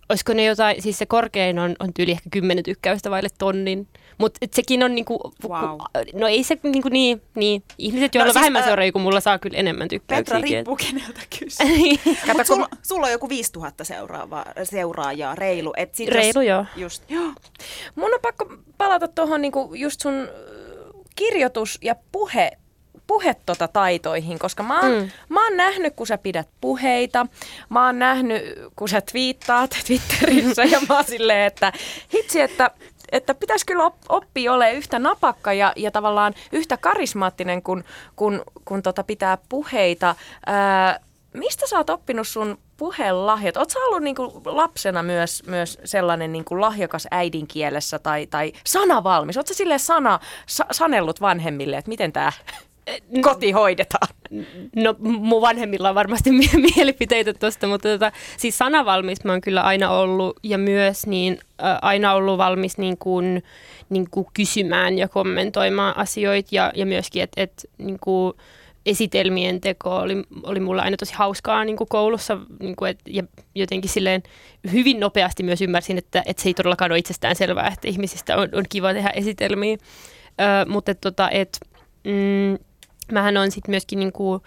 Speaker 5: olisiko ne jotain, siis se korkein on, on tyyli ehkä kymmenen tykkäystä vaille tonnin. Mutta sekin on niinku,
Speaker 4: wow.
Speaker 5: no ei se niinku niin, niin. Ihmiset, joilla no, siis, vähemmän seuraa kuin mulla, saa kyllä enemmän tykkäyksiä.
Speaker 4: Petra, riippuu keneltä kysyä. Mutta sulla, sulla on joku viisituhatta seuraajaa, reilu. Et sit
Speaker 5: reilu,
Speaker 4: jos,
Speaker 5: joo.
Speaker 4: Just, joo.
Speaker 1: Mun on pakko palata tuohon niinku just sun kirjoitus- ja puhe puhe tota taitoihin, koska mä oon, mm. mä oon nähnyt, kun sä pidät puheita, mä oon nähnyt, kun sä twiittaat Twitterissä ja mä oon silleen, että hitsi, että, että pitäisi kyllä oppia olemaan yhtä napakka ja, ja tavallaan yhtä karismaattinen, kun, kun, kun tota pitää puheita. Ää, mistä sä oot oppinut sun puhelahjat? Oot sä ollut niinku lapsena myös, myös sellainen niinku lahjakas äidinkielessä tai, tai sanavalmis? Oot sä silleen sana, sa, sanellut vanhemmille, että miten tää koti hoidetaan?
Speaker 5: No mun vanhemmilla on varmasti mielipiteitä tuosta, mutta tota, siis sanavalmis mä oon kyllä aina ollut ja myös niin, ä, aina ollut valmis niin kuin, niin kuin kysymään ja kommentoimaan asioita ja, ja myöskin, että et, niin kuin esitelmien teko oli, oli mulla aina tosi hauskaa niin kuin koulussa niin kuin, et, ja jotenkin silleen hyvin nopeasti myös ymmärsin, että, että se ei todellakaan ole itsestään selvää, että ihmisistä on, on kiva tehdä esitelmiä, Ö, mutta et, tota, et, mm, mähän on sitten myöskin niinku,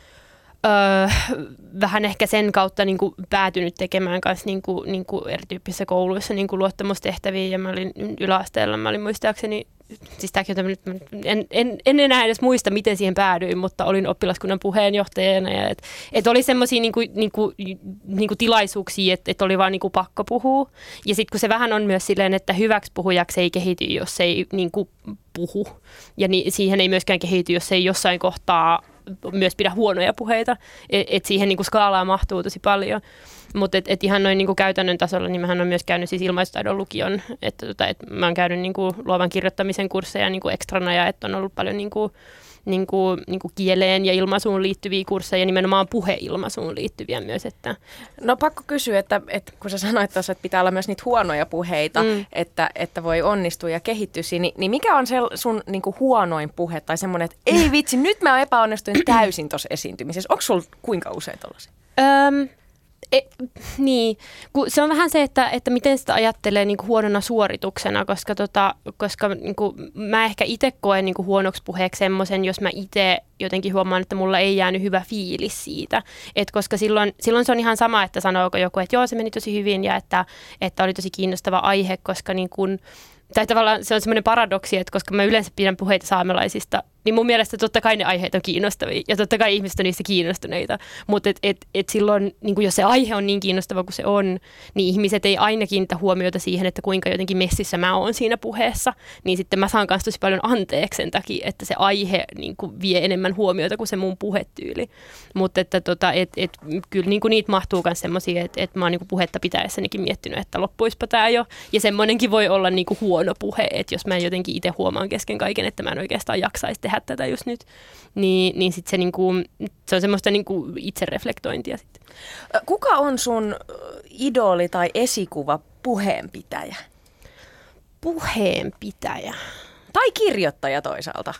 Speaker 5: öö, vähän ehkä sen kautta niinku päätynyt tekemään kanssa niinku, niinku erityyppisissä kouluissa niinku luottamustehtäviä ja mä olin yläasteella, mä olin muistaakseni, siis tämäkin on en, en, en enää edes muista, miten siihen päädyin, mutta olin oppilaskunnan puheenjohtajana ja et, et oli semmoisia niinku, niinku, niinku tilaisuuksia, että et oli vaan niinku pakko puhua ja sitten kun se vähän on myös silleen, että hyväksi puhujaksi ei kehity, jos ei niinku puhu ja ni, siihen ei myöskään kehity, jos ei jossain kohtaa myös pidä huonoja puheita, että et siihen niinku skaalaa mahtuu tosi paljon. Mutta et, et ihan noin niinku käytännön tasolla, niin mähän olen myös käynyt siis ilmaisutaidon lukion, että tota, et mä oon käynyt niinku luovan kirjoittamisen kursseja niinku ekstrana ja että on ollut paljon niinku, niinku, niinku kieleen ja ilmaisuun liittyviä kursseja, nimenomaan puheilmaisuun liittyviä myös. Että.
Speaker 1: No pakko kysyä, että, että kun sä sanoit tuossa, että pitää olla myös niitä huonoja puheita, mm. että, että voi onnistua ja kehittyä siinä, niin, niin mikä on se sun niinku huonoin puhe tai semmoinen, että ei vitsi, nyt mä epäonnistuin täysin tuossa esiintymisessä. Onko sulla kuinka usein tollaisia?
Speaker 5: Öm. E, niin, kun se on vähän se, että, että miten sitä ajattelee niin kuin huonona suorituksena, koska, tota, koska niin kuin, mä ehkä itse koen niin kuin huonoksi puheeksi semmoisen, jos mä itse jotenkin huomaan, että mulla ei jäänyt hyvä fiilis siitä. Et koska silloin, silloin se on ihan sama, että sanooko joku, että joo, se meni tosi hyvin ja että, että oli tosi kiinnostava aihe, koska niin kuin, tai tavallaan se on semmoinen paradoksi, että koska mä yleensä pidän puheita saamelaisista, niin mun mielestä totta kai ne aiheet on kiinnostavia ja totta kai ihmiset on niistä kiinnostuneita. Mutta et, et, et silloin, niin jos se aihe on niin kiinnostava kuin se on, niin ihmiset ei aina kiinnitä huomiota siihen, että kuinka jotenkin messissä mä oon siinä puheessa. Niin sitten mä saan kanssa tosi paljon anteeksi sen takia, että se aihe niin kuin vie enemmän huomiota kuin se mun puhetyyli. Mutta että tota, et, et, kyllä niin kuin niitä mahtuu myös semmoisia, että et mä oon niin kuin puhetta pitäessänikin miettinyt, että loppuispa tää jo. Ja semmoinenkin voi olla niin kuin huono puhe, että jos mä jotenkin itse huomaan kesken kaiken, että mä en oikeastaan jaksaisi tehdä tätä just nyt, niin, niin sit se, niinku, se on semmoista niinku itsereflektointia sitten.
Speaker 1: Kuka on sun idoli tai esikuva puheenpitäjä?
Speaker 5: Puheenpitäjä?
Speaker 1: Tai kirjoittaja toisaalta?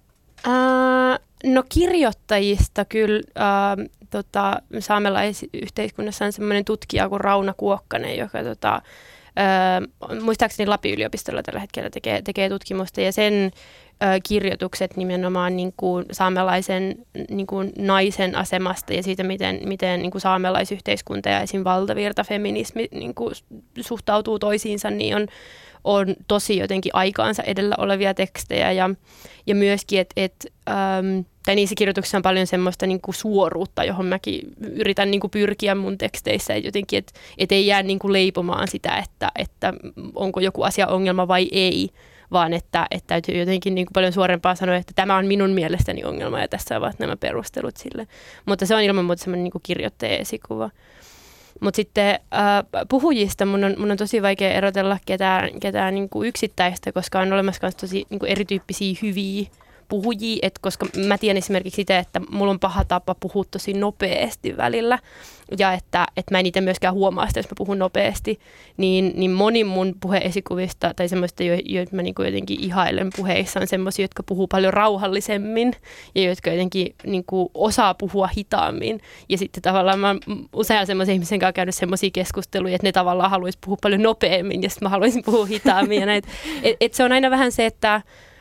Speaker 5: Ää, no kirjoittajista kyllä ää, tota, saamelaisyhteiskunnassa on semmoinen tutkija kuin Rauna Kuokkanen, joka tota, ää, muistaakseni Lapin yliopistolla tällä hetkellä tekee, tekee tutkimusta ja sen kirjoitukset nimenomaan niin kuin saamelaisen niin kuin naisen asemasta ja siitä, miten, miten niin kuin saamelaisyhteiskunta ja esim. Valtavirtafeminismi niin kuin suhtautuu toisiinsa, niin on, on tosi jotenkin aikaansa edellä olevia tekstejä. Ja, ja myöskin, että et, ähm, tai niissä kirjoituksissa on paljon semmoista niin kuin suoruutta, johon mäkin yritän niin kuin pyrkiä mun teksteissä, että jotenkin, että et ei jää niin kuin leipomaan sitä, että, että onko joku asia ongelma vai ei, vaan että, että täytyy jotenkin niin kuin paljon suorempaa sanoa, että tämä on minun mielestäni ongelma ja tässä ovat nämä perustelut sille. Mutta se on ilman muuta semmoinen niin kuin kirjoittajan esikuva. Mutta sitten äh, puhujista mun on, mun on tosi vaikea erotella ketään, ketään niin kuin yksittäistä, koska on olemassa myös tosi niin kuin erityyppisiä hyviä puhujia, että koska mä tiedän esimerkiksi itse, että mulla on paha tapa puhua tosi nopeasti välillä ja että, että mä en itse myöskään huomaa sitä, jos mä puhun nopeasti, niin, niin moni mun puheesikuvista tai semmoista, joita mä niin kuin jotenkin ihailen puheissa, on semmoisia, jotka puhuu paljon rauhallisemmin ja jotka jotenkin niin kuin osaa puhua hitaammin. Ja sitten tavallaan mä oon usein semmoisen ihmisen kanssa käynyt semmoisia keskusteluja, että ne tavallaan haluaisi puhua paljon nopeammin ja sitten mä haluaisin puhua hitaammin. Ja näin, et, et se on aina vähän se, että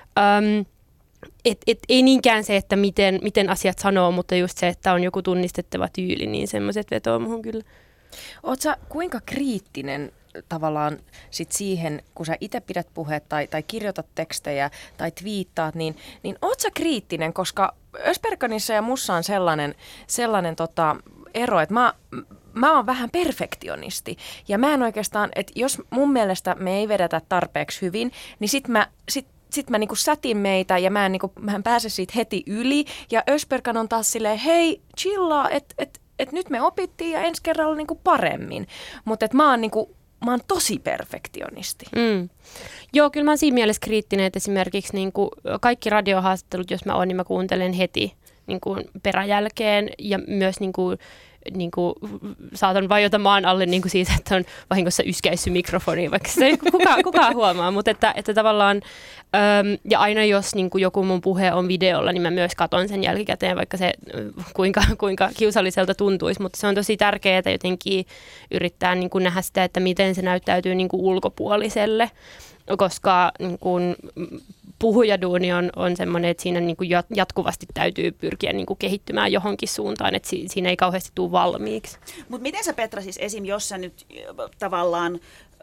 Speaker 5: Um, et, et, ei niinkään se, että miten, miten asiat sanoo, mutta just se, että on joku tunnistettava tyyli, niin semmoiset vetoo muhun kyllä.
Speaker 1: Oot sä kuinka kriittinen tavallaan sit siihen, kun sä itse pidät puheet tai, tai kirjoitat tekstejä tai twiittaat, niin, niin oot sä kriittinen, koska Ösperkanissa ja mussa on sellainen, sellainen tota, ero, että mä, mä oon vähän perfektionisti ja mä en oikeastaan, että jos mun mielestä me ei vedetä tarpeeksi hyvin, niin sit mä sit Sitten mä niinku sätin meitä ja mä en, niinku, mä en pääse siitä heti yli. Ja Ösperkan on taas silleen, hei, chillaa, että et, et nyt me opittiin ja ensi kerralla niinku paremmin. Mutta mä oon niinku, mä oon tosi perfektionisti.
Speaker 5: Mm. Joo, kyllä mä oon siinä mielessä kriittinen, että esimerkiksi niinku kaikki radiohaastattelut, jos mä oon, niin mä kuuntelen heti niinku peräjälkeen ja myös niinku niin kuin, saatan vajota maan alle niin kuin siitä, että on vahingossa yskäissy mikrofoniin, vaikka sitä ei kukaan, kukaan huomaa. Mutta että, että tavallaan, äm, ja aina jos niin kuin joku mun puhe on videolla, niin mä myös katon sen jälkikäteen, vaikka se kuinka, kuinka kiusalliselta tuntuisi. Mutta se on tosi tärkeää jotenkin yrittää niin kuin nähdä sitä, että miten se näyttäytyy niin kuin ulkopuoliselle, koska niin kuin, puhujaduuni on, on semmoinen, että siinä niin kuin jatkuvasti täytyy pyrkiä niin kuin kehittymään johonkin suuntaan, että si, siinä ei kauheasti tule valmiiksi.
Speaker 4: Mutta miten sä, Petra, siis esim. Jos sä nyt tavallaan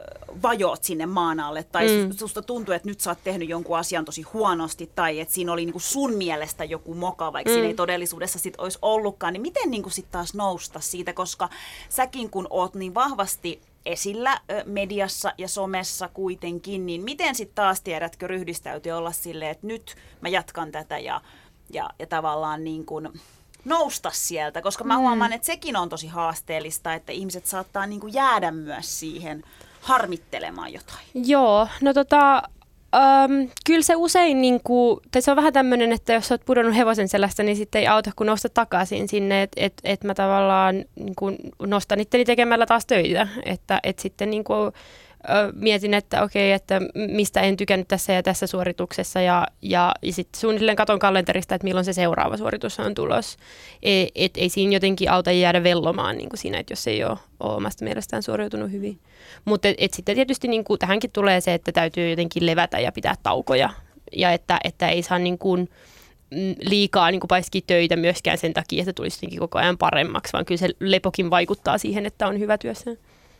Speaker 4: vajoat sinne maan alle, tai mm. susta tuntuu, että nyt sä oot tehnyt jonkun asian tosi huonosti, tai että siinä oli niinku sun mielestä joku moka, vaikka mm. siinä ei todellisuudessa sit olisi ollutkaan, niin miten niinku sit taas nousta siitä, koska säkin kun oot niin vahvasti esillä mediassa ja somessa kuitenkin, niin miten sitten taas tiedätkö ryhdistäytyy olla silleen, että nyt mä jatkan tätä ja, ja, ja tavallaan niin kuin nousta sieltä, koska mä huomaan, että sekin on tosi haasteellista, että ihmiset saattaa niin kuin jäädä myös siihen harmittelemaan jotain.
Speaker 5: Joo, no tota... Um, kyllä se usein, niin kuin, tai se on vähän tämmöinen, että jos olet pudonnut hevosen selästä, niin sitten ei auta kun nousta takaisin sinne, että et, et mä tavallaan niin kuin, nostan itteni tekemällä taas töitä, että et sitten niin kuin, mietin, että okei, että mistä en tykännyt tässä ja tässä suorituksessa ja, ja, ja sitten suunnilleen katon kalenterista, että milloin se seuraava suoritus on tulos. Et, et, ei siinä jotenkin auta jäädä vellomaan niin kuin siinä, että jos ei ole, ole omasta mielestään suoriutunut hyvin. Mutta et, et sitten tietysti niin kuin, tähänkin tulee se, että täytyy jotenkin levätä ja pitää taukoja ja että, että ei saa niin kuin, liikaa niin kuin paiskia töitä myöskään sen takia, että tulisi jotenkin koko ajan paremmaksi, vaan kyllä se lepokin vaikuttaa siihen, että on hyvä työssä.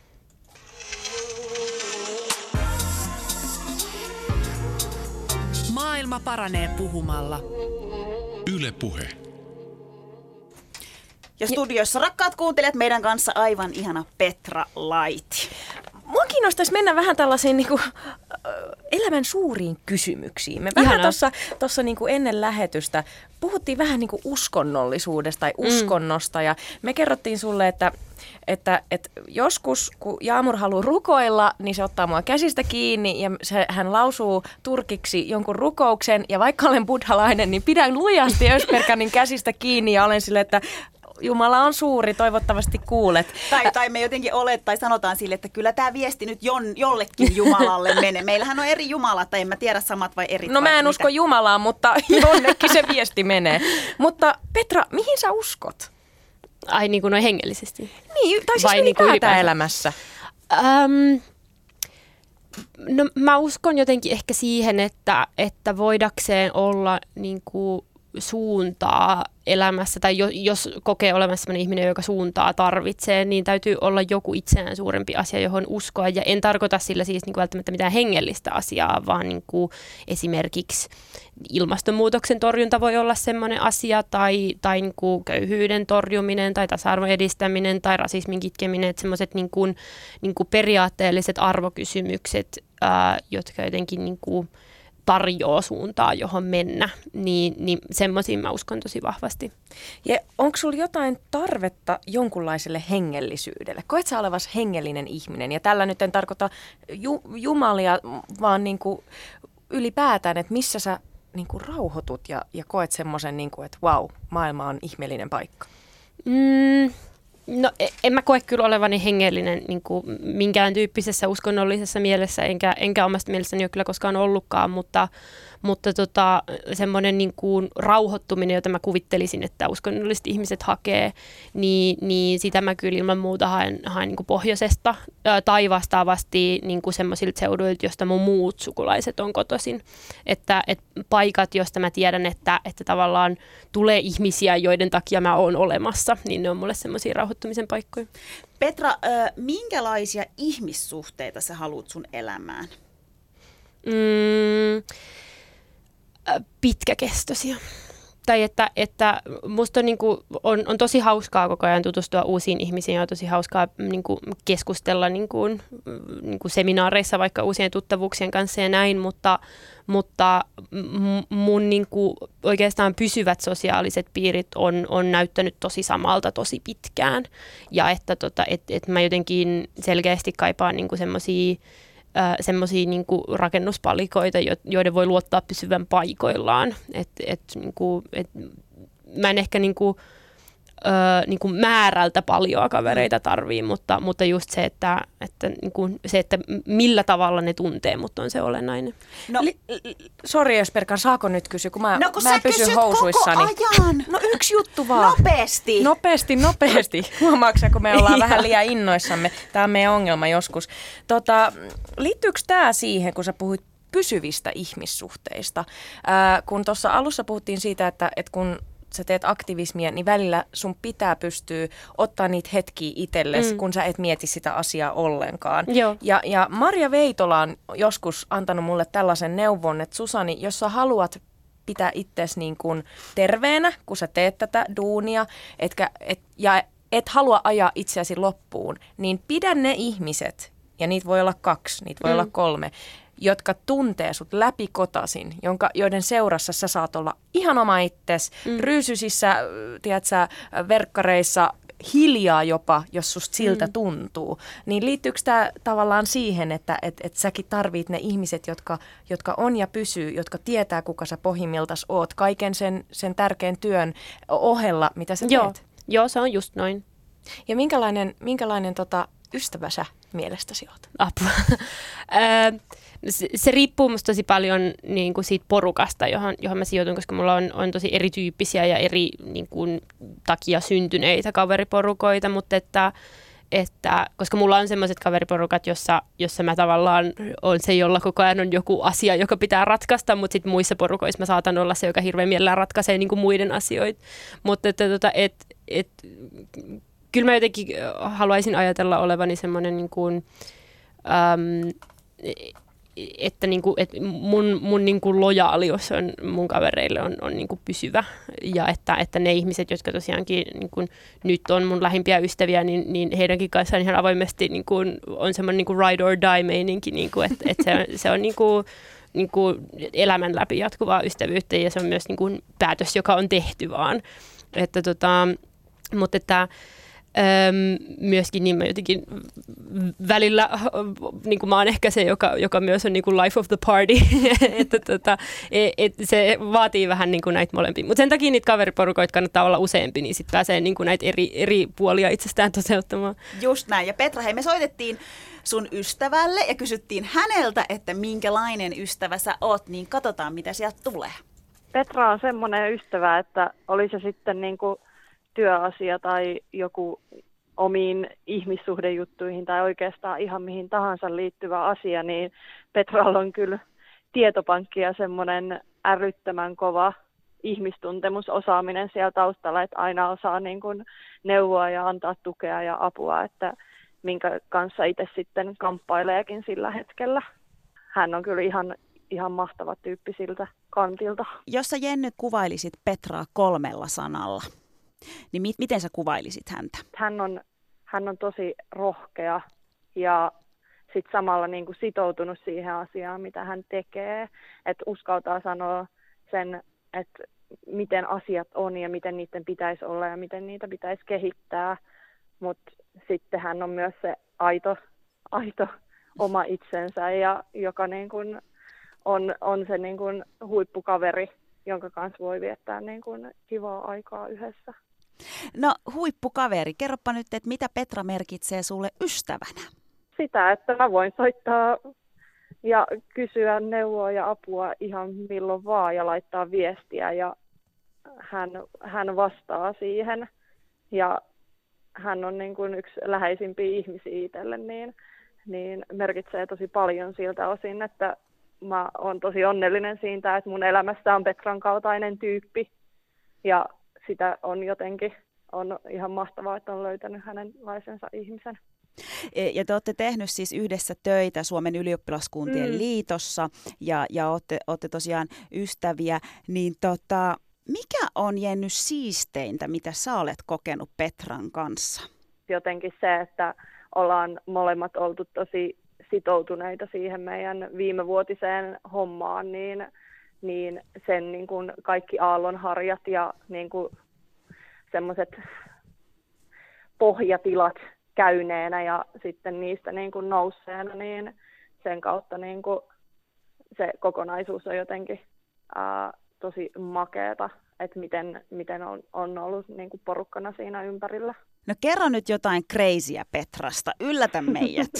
Speaker 2: Maailma paranee puhumalla.
Speaker 3: Yle Puhe.
Speaker 4: Ja studiossa rakkaat kuuntelijat meidän kanssa aivan ihana Petra Laiti.
Speaker 1: Mua kiinnostaisi mennä vähän tällaisiin niin kuin, elämän suuriin kysymyksiin. Me vähän tuossa niin ennen lähetystä puhuttiin vähän niin kuin uskonnollisuudesta tai uskonnosta mm. ja me kerrottiin sulle, että Että, että joskus, kun Jaamur haluaa rukoilla, niin se ottaa mua käsistä kiinni ja se, hän lausuu turkiksi jonkun rukouksen. Ja vaikka olen buddhalainen, niin pidän lujasti Ösperkanin käsistä kiinni ja olen silleen, että Jumala on suuri, toivottavasti kuulet.
Speaker 4: Tai, tai me jotenkin olet, tai sanotaan sille, että kyllä tämä viesti nyt jon, jollekin Jumalalle menee. Meillähän on eri Jumalat, tai en mä tiedä samat vai eri.
Speaker 1: No mä en usko Jumalaan, mutta jonnekin se viesti menee. Mutta Petra, mihin sä uskot?
Speaker 5: Ai niin kuin noin hengellisesti?
Speaker 1: Niin, tai siis
Speaker 5: niin
Speaker 1: ylipäätään elämässä.
Speaker 5: Um, no mä uskon jotenkin ehkä siihen, että, että voidakseen olla niin kuin suuntaa elämässä, tai jo, jos kokee olemassa sellainen ihminen, joka suuntaa tarvitsee, niin täytyy olla joku itseään suurempi asia, johon uskoa. Ja en tarkoita sillä siis niin kuin välttämättä mitään hengellistä asiaa, vaan niin kuin esimerkiksi ilmastonmuutoksen torjunta voi olla sellainen asia, tai, tai niin kuin köyhyyden torjuminen, tai tasa-arvon edistäminen, tai rasismin kitkeminen, että sellaiset niin kuin, niin kuin periaatteelliset arvokysymykset, ää, jotka jotenkin niin kuin tarjoaa suuntaa, johon mennä, niin, niin semmoisiin mä uskon tosi vahvasti.
Speaker 1: Ja onko sulla jotain tarvetta jonkunlaiselle hengellisyydelle? Koet sä olevas hengellinen ihminen? Ja tällä nyt en tarkoita ju- jumalia, vaan niin kuin ylipäätään, että missä sä niin kuin rauhoitut ja, ja koet semmoisen, niin kuin, että vau, maailma on ihmeellinen paikka?
Speaker 5: Mm, no en mä koe kyllä olevani hengellinen niin kuin minkään tyyppisessä uskonnollisessa mielessä, enkä, enkä omasta mielessäni ole kyllä koskaan ollutkaan, mutta, mutta tota, semmoinen niin kuin rauhoittuminen, jota mä kuvittelisin, että uskonnolliset ihmiset hakee, niin, niin sitä mä kyllä ilman muuta haen, haen niin kuin pohjoisesta ää, tai vastaavasti niin kuin semmoisilta seuduilta, josta mun muut sukulaiset on kotoisin. Että et paikat, joista mä tiedän, että, että tavallaan tulee ihmisiä, joiden takia mä oon olemassa, niin ne on mulle semmoisia rauhoittumisen paikkoja.
Speaker 4: Petra, minkälaisia ihmissuhteita sä haluat sun elämään?
Speaker 5: Mm, pitkäkestoisia. Tai että, että musta on, niin kuin, on, on tosi hauskaa koko ajan tutustua uusiin ihmisiin ja on tosi hauskaa niin kuin, keskustella niin kuin, niin kuin seminaareissa vaikka uusien tuttavuuksien kanssa ja näin, mutta, mutta mun niin kuin, oikeastaan pysyvät sosiaaliset piirit on, on näyttänyt tosi samalta tosi pitkään. Ja että tota, et, et mä jotenkin selkeästi kaipaan niin kuin semmosia semmoisia niinku rakennuspalikoita, joiden voi luottaa pysyvän paikoillaan. Et, et, niinku, et, mä en ehkä niinku, ö, niinku määrältä paljon kavereita tarvii, mutta, mutta just se, että, että, niinku, se, että millä tavalla ne tuntee, mutta on se olennainen.
Speaker 1: No, li, li, sori Ösperkan, saako nyt kysyä, kun mä,
Speaker 4: no, kun
Speaker 1: mä en pysy housuissani.
Speaker 4: Koko ajan.
Speaker 1: No yksi juttu vaan.
Speaker 4: Nopeasti.
Speaker 1: Nopeasti, nopeasti. Huomaatko, kun me ollaan vähän liian innoissamme. Tämä on meidän ongelma joskus. Tota, liittyykö tämä siihen, kun sä puhuit pysyvistä ihmissuhteista? Ää, kun tuossa alussa puhuttiin siitä, että, että kun sä teet aktivismia, niin välillä sun pitää pystyä ottaa niitä hetkiä itsellesi, mm. kun sä et mieti sitä asiaa ollenkaan.
Speaker 5: Joo.
Speaker 1: Ja, ja Marja Veitola on joskus antanut mulle tällaisen neuvon, että Susani, jos sä haluat pitää itsesi niin kuin terveenä, kun sä teet tätä duunia, etkä, et, ja et halua ajaa itseäsi loppuun, niin pidä ne ihmiset, ja niitä voi olla kaksi, niitä voi mm. olla kolme, jotka tuntee sut läpikotasin, jonka, joiden seurassa sä saat olla ihan oma itsesi, mm. ryysysissä, tiedätkö, verkkareissa, hiljaa jopa, jos susta siltä mm. tuntuu. Niin liittyykö tämä tavallaan siihen, että et, et säkin tarvit ne ihmiset, jotka, jotka on ja pysyy, jotka tietää, kuka sä pohjimmiltas oot, kaiken sen, sen tärkeän työn ohella, mitä sä
Speaker 5: Joo.
Speaker 1: teet?
Speaker 5: Joo, se on just noin.
Speaker 1: Ja minkälainen, minkälainen tota, ystävä sä mielestäsi oot?
Speaker 5: Apua. Se, se riippuu musta tosi paljon niin kuin siitä porukasta, johon, johon mä sijoitun, koska mulla on, on tosi erityyppisiä ja eri niin kuin, takia syntyneitä kaveriporukoita, mutta että, että koska mulla on sellaiset kaveriporukat, jossa, jossa mä tavallaan on se, jolla koko ajan on joku asia, joka pitää ratkaista, mutta sitten muissa porukoissa mä saatan olla se, joka hirveän mielellään ratkaisee niin kuin muiden asioita. Mutta että, että, että, että, kyllä mä jotenkin haluaisin ajatella olevani semmoinen niin kuin, äm, että, niinku, että mun, mun niinku lojaalius on mun kavereille on, on niinku pysyvä ja että, että ne ihmiset, jotka tosiaankin niinku, nyt on mun lähimpiä ystäviä, niin, niin heidänkin kanssaan ihan avoimesti niinku, on semmoinen niinku ride or die meininki, niinku, että, että se on, se on niinku, niinku elämän läpi jatkuvaa ystävyyttä ja se on myös niinku päätös, joka on tehty vaan. Että, tota, mutta että Öm, myöskin niin mä jotenkin välillä, niin kuin mä oon ehkä se, joka, joka myös on niin kuin life of the party, että tota, et, et se vaatii vähän niin kuin näitä molempia. Mutta sen takia niitä kaveriporukoita kannattaa olla useampi, niin sitten pääsee niin kuin näitä eri, eri puolia itsestään toteuttamaan.
Speaker 4: Just näin. Ja Petra, hei, me soitettiin sun ystävälle ja kysyttiin häneltä, että minkälainen ystävä sä oot, niin katsotaan mitä sieltä tulee.
Speaker 6: Petra on semmoinen ystävä, että oli se sitten niin kuin työasia tai joku omiin ihmissuhdejuttuihin tai oikeastaan ihan mihin tahansa liittyvä asia, niin Petralla on kyllä tietopankki ja semmoinen älyttömän kova ihmistuntemusosaaminen siellä taustalla, että aina osaa niin kuin neuvoa ja antaa tukea ja apua, että minkä kanssa itse sitten kamppaileekin sillä hetkellä. Hän on kyllä ihan, ihan mahtava tyyppi siltä kantilta.
Speaker 4: Jos sä, Jenny, kuvailisit Petraa kolmella sanalla, niin mi- miten sä kuvailisit häntä?
Speaker 6: Hän on, hän on tosi rohkea ja sit samalla niin kuin sitoutunut siihen asiaan, mitä hän tekee. Että uskaltaa sanoa sen, että miten asiat on ja miten niiden pitäisi olla ja miten niitä pitäisi kehittää. Mutta sitten hän on myös se aito, aito oma itsensä, ja joka niin kuin on, on se niin kuin huippukaveri, jonka kanssa voi viettää niin kuin kivaa aikaa yhdessä.
Speaker 4: No huippukaveri, kerropa nyt, että mitä Petra merkitsee sulle ystävänä?
Speaker 6: Sitä, että mä voin soittaa ja kysyä neuvoa ja apua ihan milloin vaan ja laittaa viestiä ja hän, hän vastaa siihen. Ja hän on niin kuin yksi läheisimpiä ihmisiä itselle, niin, niin merkitsee tosi paljon siltä osin, että mä oon tosi onnellinen siitä, että mun elämässä on Petran kaltainen tyyppi. Ja sitä on jotenkin, on ihan mahtavaa, että on löytänyt hänenlaisensa ihmisen.
Speaker 4: Ja te olette tehnyt siis yhdessä töitä Suomen ylioppilaskuntien mm. liitossa ja, ja olette, olette tosiaan ystäviä, niin tota, mikä on Jenny siisteintä, mitä sä olet kokenut Petran kanssa?
Speaker 6: Jotenkin se, että ollaan molemmat oltu tosi sitoutuneita siihen meidän viimevuotiseen hommaan, niin, niin sen niin kuin kaikki aallonharjat ja niin kuin semmoiset pohjatilat käyneenä ja sitten niistä niin kuin nousseena, niin sen kautta niin kuin se kokonaisuus on jotenkin ää, tosi makeata, että miten, miten on, on ollut niin kuin porukkana siinä ympärillä.
Speaker 4: No kerro nyt jotain crazyä Petrasta, yllätä meidät.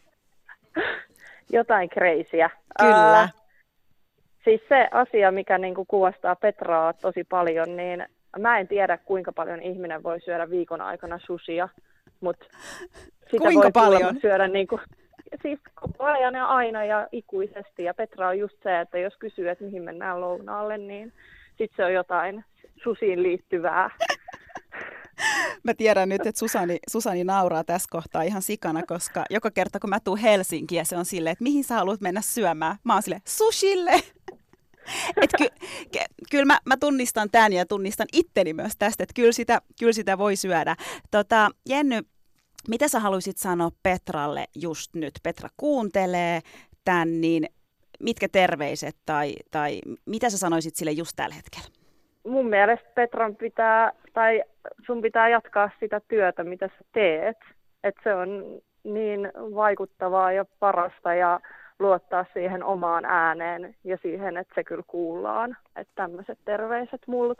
Speaker 6: Jotain crazyä.
Speaker 4: Kyllä.
Speaker 6: Ää, siis se asia, mikä niin kuin kuvastaa Petraa tosi paljon, niin mä en tiedä kuinka paljon ihminen voi syödä viikon aikana sushia, mutta sitä
Speaker 4: kuinka
Speaker 6: voi
Speaker 4: paljon?
Speaker 6: syödä niin kuin, siis koko ajan ja aina ja ikuisesti. Ja Petra on just se, että jos kysyy, että mihin mennään lounaalle, niin sitten se on jotain sushiin liittyvää.
Speaker 4: Mä tiedän nyt, että Susani, Susani nauraa tässä kohtaa ihan sikana, koska joka kerta kun mä tuun Helsinkiin ja se on silleen, että mihin sä haluat mennä syömään, mä oon silleen, sushille. Että ky, ky, kyllä mä, mä tunnistan tämän ja tunnistan itteni myös tästä, että kyllä sitä, kyllä sitä voi syödä. Tota, Jenny, mitä sä haluaisit sanoa Petralle just nyt? Petra kuuntelee tämän, niin mitkä terveiset tai, tai mitä sä sanoisit sille just tällä hetkellä?
Speaker 6: Mun mielestä Petran pitää, tai sun pitää jatkaa sitä työtä, mitä sä teet. Että se on niin vaikuttavaa ja parasta ja luottaa siihen omaan ääneen ja siihen, että se kyllä kuullaan. Että tämmöiset terveiset multa.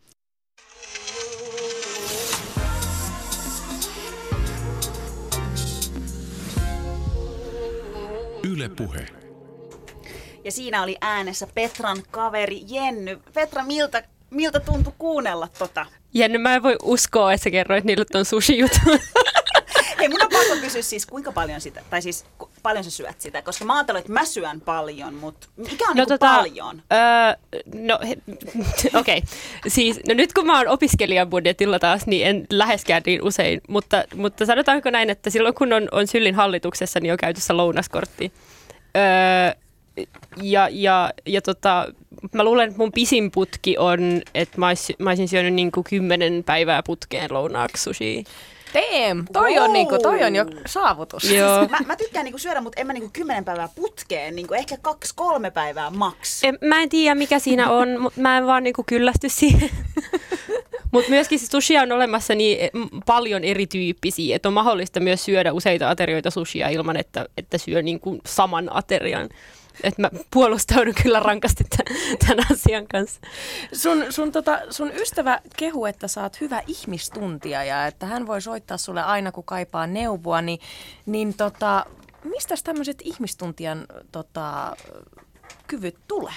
Speaker 3: Yle Puhe.
Speaker 4: Ja siinä oli äänessä Petran kaveri Jenny. Petra, miltä, miltä tuntui kuunnella tota?
Speaker 5: Jenny, mä en voi uskoa, että sä kerroit niille ton sushi-jutun.
Speaker 4: Hei, mun on pakko kysyä siis, kuinka paljon sitä, tai siis ku, paljon sä syöt sitä, koska mä ajattelin, että mä syön paljon, mutta mikä on no, niinku tota, paljon?
Speaker 5: Öö, no, okei. Okay. Siis, no nyt kun mä oon opiskelijan budjetilla taas, niin en läheskään niin usein, mutta, mutta sanotaanko näin, että silloin kun on, on Syllin hallituksessa, niin on käytössä lounaskortti. Öö, ja ja, ja tota, mä luulen, että mun pisin putki on, että mä, ois, mä olisin syönyt niinku kymmenen päivää putkeen lounaaksi sushia.
Speaker 1: Teem, toi, wow. on niinku, toi on jo saavutus.
Speaker 5: Joo.
Speaker 4: Mä, mä tykkään niinku syödä, mutta en mä niinku kymmenen päivää putkeen, niinku ehkä kaksi, kolme päivää maks.
Speaker 5: En, mä en tiedä mikä siinä on, mutta mä en vaan niinku kyllästy siihen. Mutta myöskin siis sushia on olemassa niin paljon erityyppisiä, että on mahdollista myös syödä useita aterioita sushia ilman, että, että syö niinku saman aterian. Että mä puolustaudun kyllä rankasti tämän, tämän asian kanssa.
Speaker 1: Sun, sun, tota, sun ystävä kehu, että sä oot hyvä ihmistuntija ja että hän voi soittaa sulle aina, kun kaipaa neuvoa, niin, niin tota, mistäs tämmöiset ihmistuntijan tota, kyvyt tulee?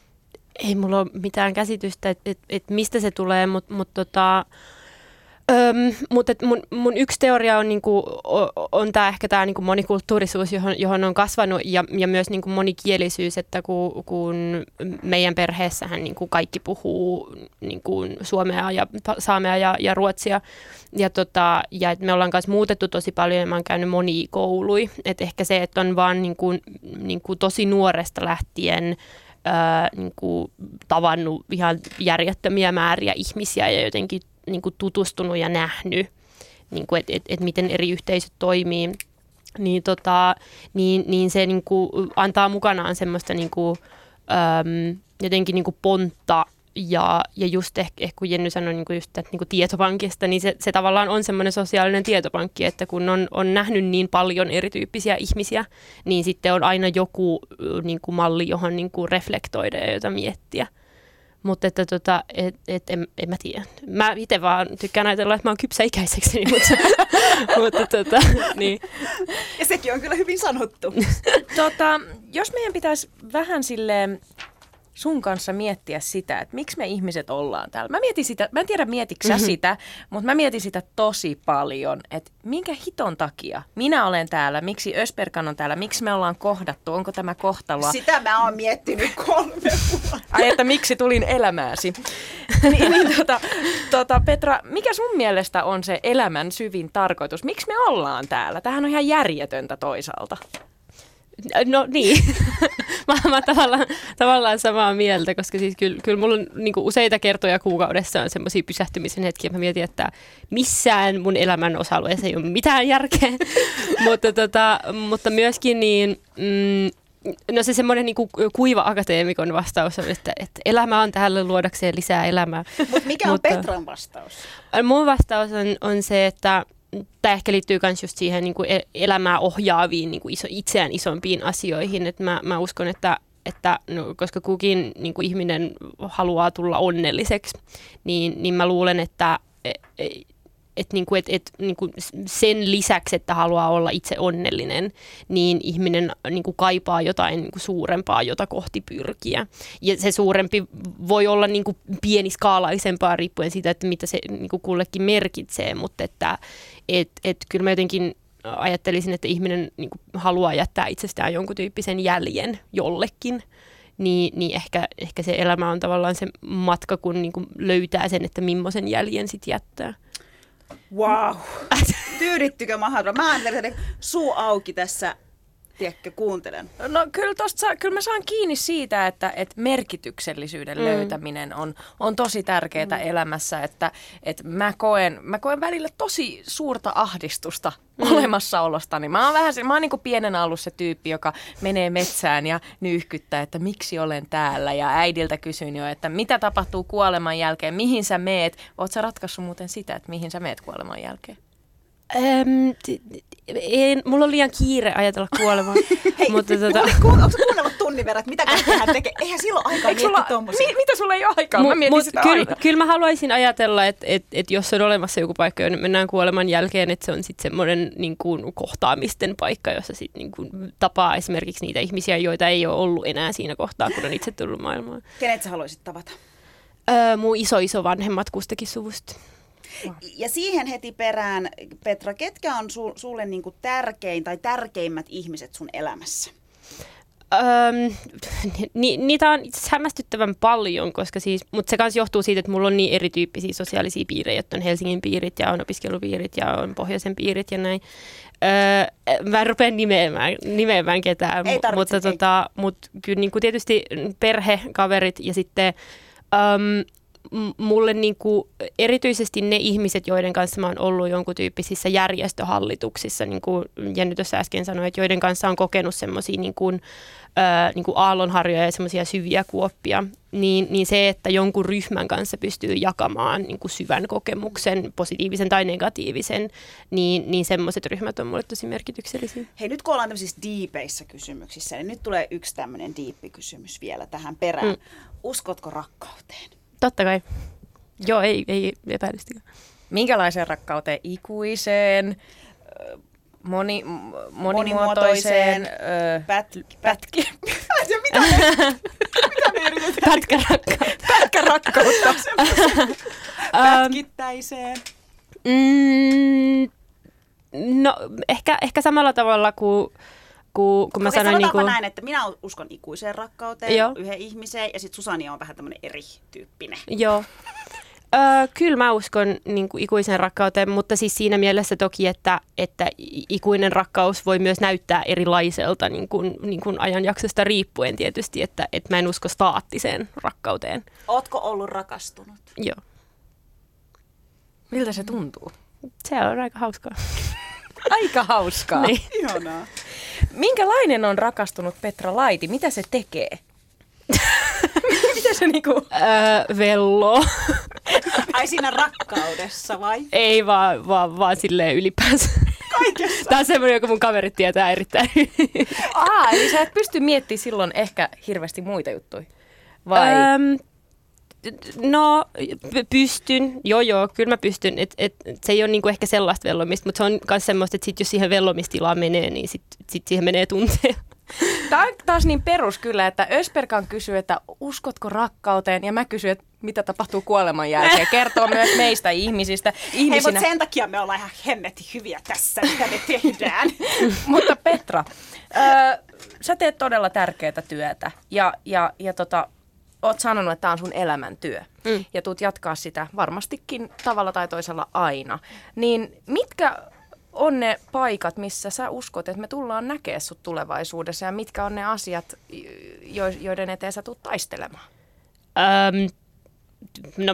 Speaker 5: Ei mulla ole mitään käsitystä, että et, et mistä se tulee, mutta mut, tota, Öm, mutta mun, mun yksi teoria on, niinku, on tää, ehkä tämä niinku monikulttuurisuus, johon, johon on kasvanut, ja, ja myös niinku monikielisyys, että kun, kun meidän perheessähän niinku kaikki puhuu niinku suomea ja saamea ja, ja ruotsia, ja, tota, ja et me ollaan myös muutettu tosi paljon, ja mä oon käynyt monia kouluja, että ehkä se, että on vaan niinku, niinku tosi nuoresta lähtien ää, niinku, tavannut ihan järjettömiä määriä ihmisiä ja jotenkin niin kuin tutustunut ja nähnyt, niin kuin, että et, et miten eri yhteisöt toimii, niin, tota, niin, niin se niin kuin antaa mukanaan semmoista niin kuin, äm, jotenkin niin kuin pontta ja, ja just ehkä, ehkä kun Jenny sanoi niin kuin just, että niin kuin tietopankista, niin se, se tavallaan on semmoinen sosiaalinen tietopankki, että kun on, on nähnyt niin paljon erityyppisiä ihmisiä, niin sitten on aina joku niin kuin malli, johon niin kuin reflektoida ja jota miettiä. Mutta että tota, et, et, en, en mä tiedä. Mä itse vaan tykkään ajatella, että mä oon kypsä ikäiseksi, mutta, mutta tota, niin.
Speaker 4: Ja sekin on kyllä hyvin sanottu.
Speaker 1: Tota, jos meidän pitäisi vähän silleen sun kanssa miettiä sitä, että miksi me ihmiset ollaan täällä. Mä mietin sitä, mä en tiedä mietitkö sä mm-hmm. sitä, mutta mä mietin sitä tosi paljon, että minkä hiton takia minä olen täällä, miksi Ösperkan on täällä, miksi me ollaan kohdattu, onko tämä kohtalo.
Speaker 4: Sitä mä oon miettinyt kolme vuotta.
Speaker 1: Ai, että miksi tulin elämääsi. niin, niin, tota, tota, Petra, mikä sun mielestä on se elämän syvin tarkoitus? Miksi me ollaan täällä? Tämähän on ihan järjetöntä toisaalta.
Speaker 5: No niin, mä, mä tavallaan, tavallaan samaa mieltä, koska siis kyllä, kyllä mulla on niin kuin useita kertoja kuukaudessa on semmoisia pysähtymisen hetkiä. Mä mietin, että missään mun elämän osa-alueessa ei ole mitään järkeä, mutta, tota, mutta myöskin niin, mm, no se semmoinen niin kuin kuiva akateemikon vastaus on, että, että elämä on täällä luodakseen lisää elämää.
Speaker 4: Mut mikä on
Speaker 5: mutta
Speaker 4: Petran vastaus?
Speaker 5: Mun vastaus on, on se, että tämä ehkä liittyy myös just siihen niin kuin elämää ohjaaviin, niin kuin iso, itseään isompiin asioihin. Et mä, mä uskon, että, että no, koska kukin niin kuin ihminen haluaa tulla onnelliseksi, niin, niin mä luulen, että et, et, niin kuin, et, et, niin kuin sen lisäksi, että haluaa olla itse onnellinen, niin ihminen niin kuin kaipaa jotain niin kuin suurempaa, jota kohti pyrkiä. Ja se suurempi voi olla niin kuin pieniskaalaisempaa riippuen siitä, että mitä se niin kuin kullekin merkitsee, mutta että et, et, kyllä mä jotenkin ajattelisin, että ihminen niin kuin haluaa jättää itsestään jonkun tyyppisen jäljen jollekin. Niin, niin ehkä, ehkä se elämä on tavallaan se matka, kun niin kuin löytää sen, että millaisen jäljen sitten jättää.
Speaker 4: Wow. Tyydyttykö Mahadura? Mä ajattelin, että suu auki tässä, tiedätkö, kuuntelen.
Speaker 1: No kyllä, tosta, kyllä mä saan kiinni siitä, että, että merkityksellisyyden mm. löytäminen on, on tosi tärkeää mm. elämässä. Että, että mä, koen, mä koen välillä tosi suurta ahdistusta mm. olemassaolostani. Mä oon vähän mä oon niin kuin pienenä ollut se tyyppi, joka menee metsään ja nyyhkyttää, että miksi olen täällä. Ja äidiltä kysyin jo, että mitä tapahtuu kuoleman jälkeen, mihin sä meet. Oot sä ratkaissut muuten sitä, että mihin sä meet kuoleman jälkeen?
Speaker 5: Öm, t- en, mulla on liian kiire ajatella kuolemaa.
Speaker 4: Hei,
Speaker 5: mutta tota...
Speaker 4: onko kuunnellut tunnin verran, että mitä kaikkea hän tekee? Eihän silloin aikaa miettiä tommosia.
Speaker 1: Mi- mitä sulla ei ole aikaa? Mä mietin
Speaker 5: mut,
Speaker 1: sitä
Speaker 5: kyllä,
Speaker 1: aina.
Speaker 5: Kyllä mä haluaisin ajatella, että et, et jos on olemassa joku paikka, jonne mennään kuoleman jälkeen, että se on sitten semmoinen niin kuin kohtaamisten paikka, jossa sitten niin kuin tapaa esimerkiksi niitä ihmisiä, joita ei ole ollut enää siinä kohtaa, kun on itse tullut maailmaan.
Speaker 4: Kenet sä haluaisit tavata?
Speaker 5: Öö, mun iso-iso vanhemmat kustakin suvusta.
Speaker 4: Ja siihen heti perään, Petra, ketkä on su, sulle niinku tärkein tai tärkeimmät ihmiset sun elämässä?
Speaker 5: Öm, ni, niitä on hämmästyttävän paljon, koska siis, mutta se kanssa johtuu siitä, että mulla on niin erityyppisiä sosiaalisia piirejä, että on Helsingin piirit ja on opiskelupiirit ja on pohjoisen piirit ja näin. Öö, mä en rupea nimeämään, nimeämään ketään,
Speaker 4: ei tarvitse,
Speaker 5: mutta
Speaker 4: ei.
Speaker 5: tota, mut kyllä niin kuin tietysti perhe, kaverit ja sitten... Öm, mulle niinku erityisesti ne ihmiset, joiden kanssa mä oon ollut jonkun tyyppisissä järjestöhallituksissa, niin kuin Jenny tuossa äsken sanoi, että joiden kanssa on kokenut semmoisia niin kuin, äh, niin kuin aallonharjoja ja semmoisia syviä kuoppia, niin, niin se, että jonkun ryhmän kanssa pystyy jakamaan niin kuin syvän kokemuksen, positiivisen tai negatiivisen, niin, niin semmoiset ryhmät on mulle tosi merkityksellisiä.
Speaker 4: Hei, nyt kun ollaan tämmöisissä diipeissä kysymyksissä, niin nyt tulee yksi tämmöinen diippikysymys vielä tähän perään. Mm. Uskotko rakkauteen?
Speaker 5: Totta kai. Joo, ei, ei epäilystäkään.
Speaker 1: Minkälaiseen rakkauteen? Ikuiseen, moni, monimuotoiseen, öö,
Speaker 4: Pät,
Speaker 1: pätki.
Speaker 4: mitä me, mitä me yritetään?
Speaker 5: Pätkärakkautta.
Speaker 1: Pätkärakkautta.
Speaker 4: Pätkittäiseen.
Speaker 5: Mm, no, ehkä, ehkä samalla tavalla kuin... Kun, kun mä
Speaker 4: Okei,
Speaker 5: sanoin
Speaker 4: sanotaanko
Speaker 5: niinku...
Speaker 4: näin, että minä uskon ikuiseen rakkauteen,
Speaker 5: Joo.
Speaker 4: yhden ihmiseen, ja sitten Susani on vähän tämmöinen erityyppinen.
Speaker 5: Joo. Öö, kyllä mä uskon niin kuin ikuiseen rakkauteen, mutta siis siinä mielessä toki, että, että ikuinen rakkaus voi myös näyttää erilaiselta niin kuin, niin kuin ajanjaksosta riippuen tietysti, että, että mä en usko staattiseen rakkauteen.
Speaker 4: Ootko ollut rakastunut?
Speaker 5: Joo.
Speaker 1: Miltä se tuntuu?
Speaker 5: Se on aika hauskaa.
Speaker 1: Aika hauskaa.
Speaker 5: Niin.
Speaker 4: Ihanaa.
Speaker 1: Minkälainen on rakastunut Petra Laiti? Mitä se tekee? Miten se niinku?
Speaker 5: Öö, vello.
Speaker 4: Ai siinä rakkaudessa vai?
Speaker 5: Ei vaan, vaan, vaan silleen ylipäänsä.
Speaker 4: Kaikessa.
Speaker 5: Tämä on semmoinen, joka mun kaverit tietää erittäin hyvin.
Speaker 1: Aa, eli sä et pysty miettimään silloin ehkä hirveästi muita juttuja? Vai?
Speaker 5: Öm, no, p- pystyn. Joo, joo, kyllä mä pystyn. Et, et, se ei ole niinku ehkä sellaista vellomista, mutta se on myös semmoista, että sit jos siihen vellomistilaan menee, niin sit, sit siihen menee tunteja.
Speaker 1: Tämä on taas niin perus kyllä, että Ösperkan kysyy, että uskotko rakkauteen, ja mä kysyn, että mitä tapahtuu kuoleman jälkeen. Kertoo myös meistä ihmisistä.
Speaker 4: Hei, mutta sen takia me ollaan ihan hemmetin hyviä tässä, mitä me tehdään.
Speaker 1: Mutta Petra, öö, sä teet todella tärkeää työtä, ja, ja, ja tota, oot sanonut, että tämä on sun elämäntyö, mm. ja tuut jatkaa sitä varmastikin tavalla tai toisella aina. Niin mitkä on ne paikat, missä sä uskot, että me tullaan näkemään sut tulevaisuudessa, ja mitkä on ne asiat, joiden eteen sä tuut taistelemaan?
Speaker 5: Öm, no,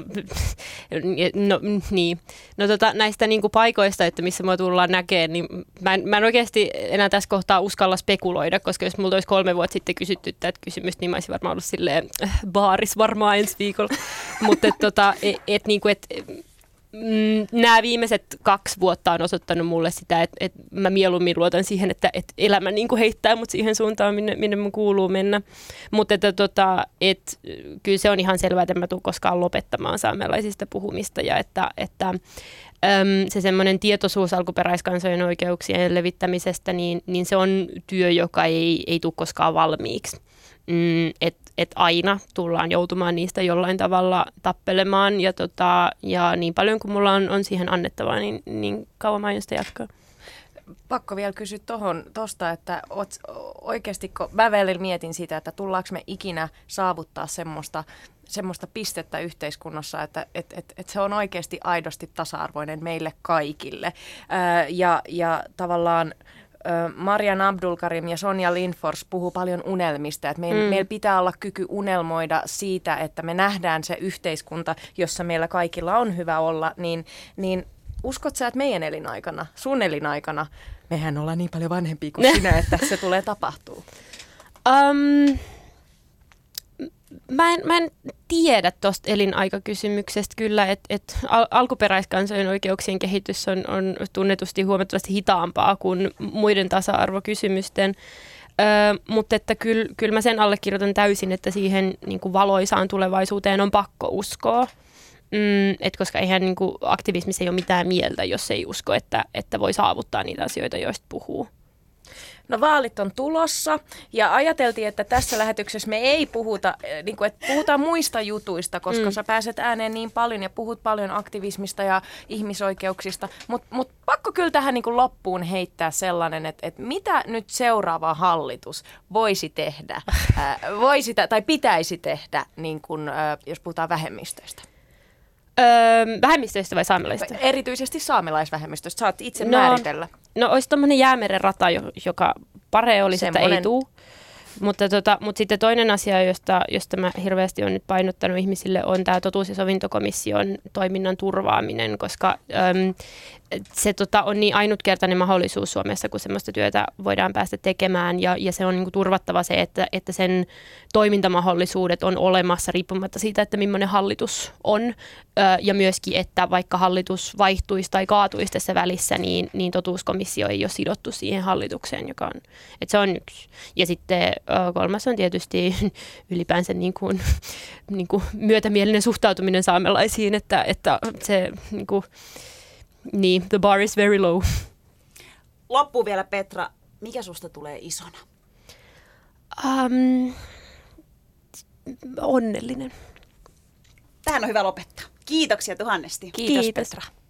Speaker 5: no, niin. No tota, näistä niinku paikoista, että missä mua tullaan näkemään, niin mä en, mä en oikeasti enää tässä kohtaa uskalla spekuloida, koska jos multa olisi kolme vuotta sitten kysytty tätä kysymystä, niin mä olisin varmaan ollut silleen äh, baaris varmaan ensi viikolla. Mutta et, tota, et, et, niinku, et, Mm, nämä viimeiset kaksi vuotta on osoittanut mulle sitä, että, että mä mieluummin luotan siihen, että, että elämä niin kuin heittää mut siihen suuntaan, minne, minne mun kuuluu mennä. Mutta että, tota, että, kyllä se on ihan selvää, että en mä tule koskaan lopettamaan saamelaisista puhumista ja että, että äm, se semmoinen tietoisuus alkuperäiskansojen oikeuksien levittämisestä, niin, niin se on työ, joka ei, ei tule koskaan valmiiksi. Mm, että et aina tullaan joutumaan niistä jollain tavalla tappelemaan ja, tota, ja niin paljon kuin mulla on, on siihen annettavaa, niin, niin kauan mä aion sitä jatkaa.
Speaker 1: Pakko vielä kysyä tohon, tosta, että oot, oikeasti kun mä välillä mietin sitä, että tullaanko me ikinä saavuttaa semmoista, semmoista pistettä yhteiskunnassa, että et, et, et se on oikeasti aidosti tasa-arvoinen meille kaikille. Ää, ja, ja tavallaan Marian Abdulkarim ja Sonja Lindfors puhuu paljon unelmista, että meillä, mm. meillä pitää olla kyky unelmoida siitä, että me nähdään se yhteiskunta, jossa meillä kaikilla on hyvä olla, niin, niin uskot sä, että meidän elinaikana, sun elinaikana, mehän ollaan niin paljon vanhempia kuin sinä, että se tulee tapahtuu?
Speaker 5: Um, mä, en, mä en tiedä tuosta elinaikakysymyksestä kyllä, että et al- alkuperäiskansojen oikeuksien kehitys on, on tunnetusti huomattavasti hitaampaa kuin muiden tasa-arvokysymysten, öö, mutta että kyllä, kyllä mä sen allekirjoitan täysin, että siihen niin kuin valoisaan tulevaisuuteen on pakko uskoa. Mm, et koska eihän niin kuin aktivismissa ei ole mitään mieltä, jos ei usko, että, että voi saavuttaa niitä asioita, joista puhuu.
Speaker 1: No vaalit on tulossa ja ajateltiin, että tässä lähetyksessä me ei puhuta, niin kuin, että puhutaan muista jutuista, koska mm. sä pääset ääneen niin paljon ja puhut paljon aktivismista ja ihmisoikeuksista, mutta mut pakko kyllä tähän niin kuin loppuun heittää sellainen, että, että mitä nyt seuraava hallitus voisi tehdä, ää, voisi tai pitäisi tehdä, niin kuin, ää, jos puhutaan vähemmistöistä?
Speaker 5: Öö, vähemmistöistä vai saamelaisista?
Speaker 1: Erityisesti saamelaisvähemmistöistä. Saat itse
Speaker 5: no,
Speaker 1: määritellä.
Speaker 5: No olisi tommoinen Jäämeren rata, joka paree olisi, Semmoinen. Että ei tule. Mutta, tota, mutta sitten toinen asia, josta, josta mä hirveästi olen nyt painottanut ihmisille, on tämä totuus- ja sovintokomission toiminnan turvaaminen, koska äm, se tota, on niin ainutkertainen mahdollisuus Suomessa, kun sellaista työtä voidaan päästä tekemään, ja, ja se on niin kuin turvattava se, että, että sen toimintamahdollisuudet on olemassa riippumatta siitä, että millainen hallitus on, ää, ja myöskin, että vaikka hallitus vaihtuisi tai kaatuisi tässä välissä, niin, niin totuuskomissio ei ole sidottu siihen hallitukseen, joka on, että se on yksi. Ja sitten kolmas on tietysti ylipäänsä niin kuin, niin kuin myötämielinen suhtautuminen saamelaisiin, että, että se niin kuin, niin, the bar is very low.
Speaker 4: Loppuun vielä Petra, mikä susta tulee isona?
Speaker 5: Um, onnellinen.
Speaker 4: Tähän on hyvä lopettaa. Kiitoksia tuhannesti.
Speaker 1: Kiitos,
Speaker 5: Kiitos.
Speaker 1: Petra.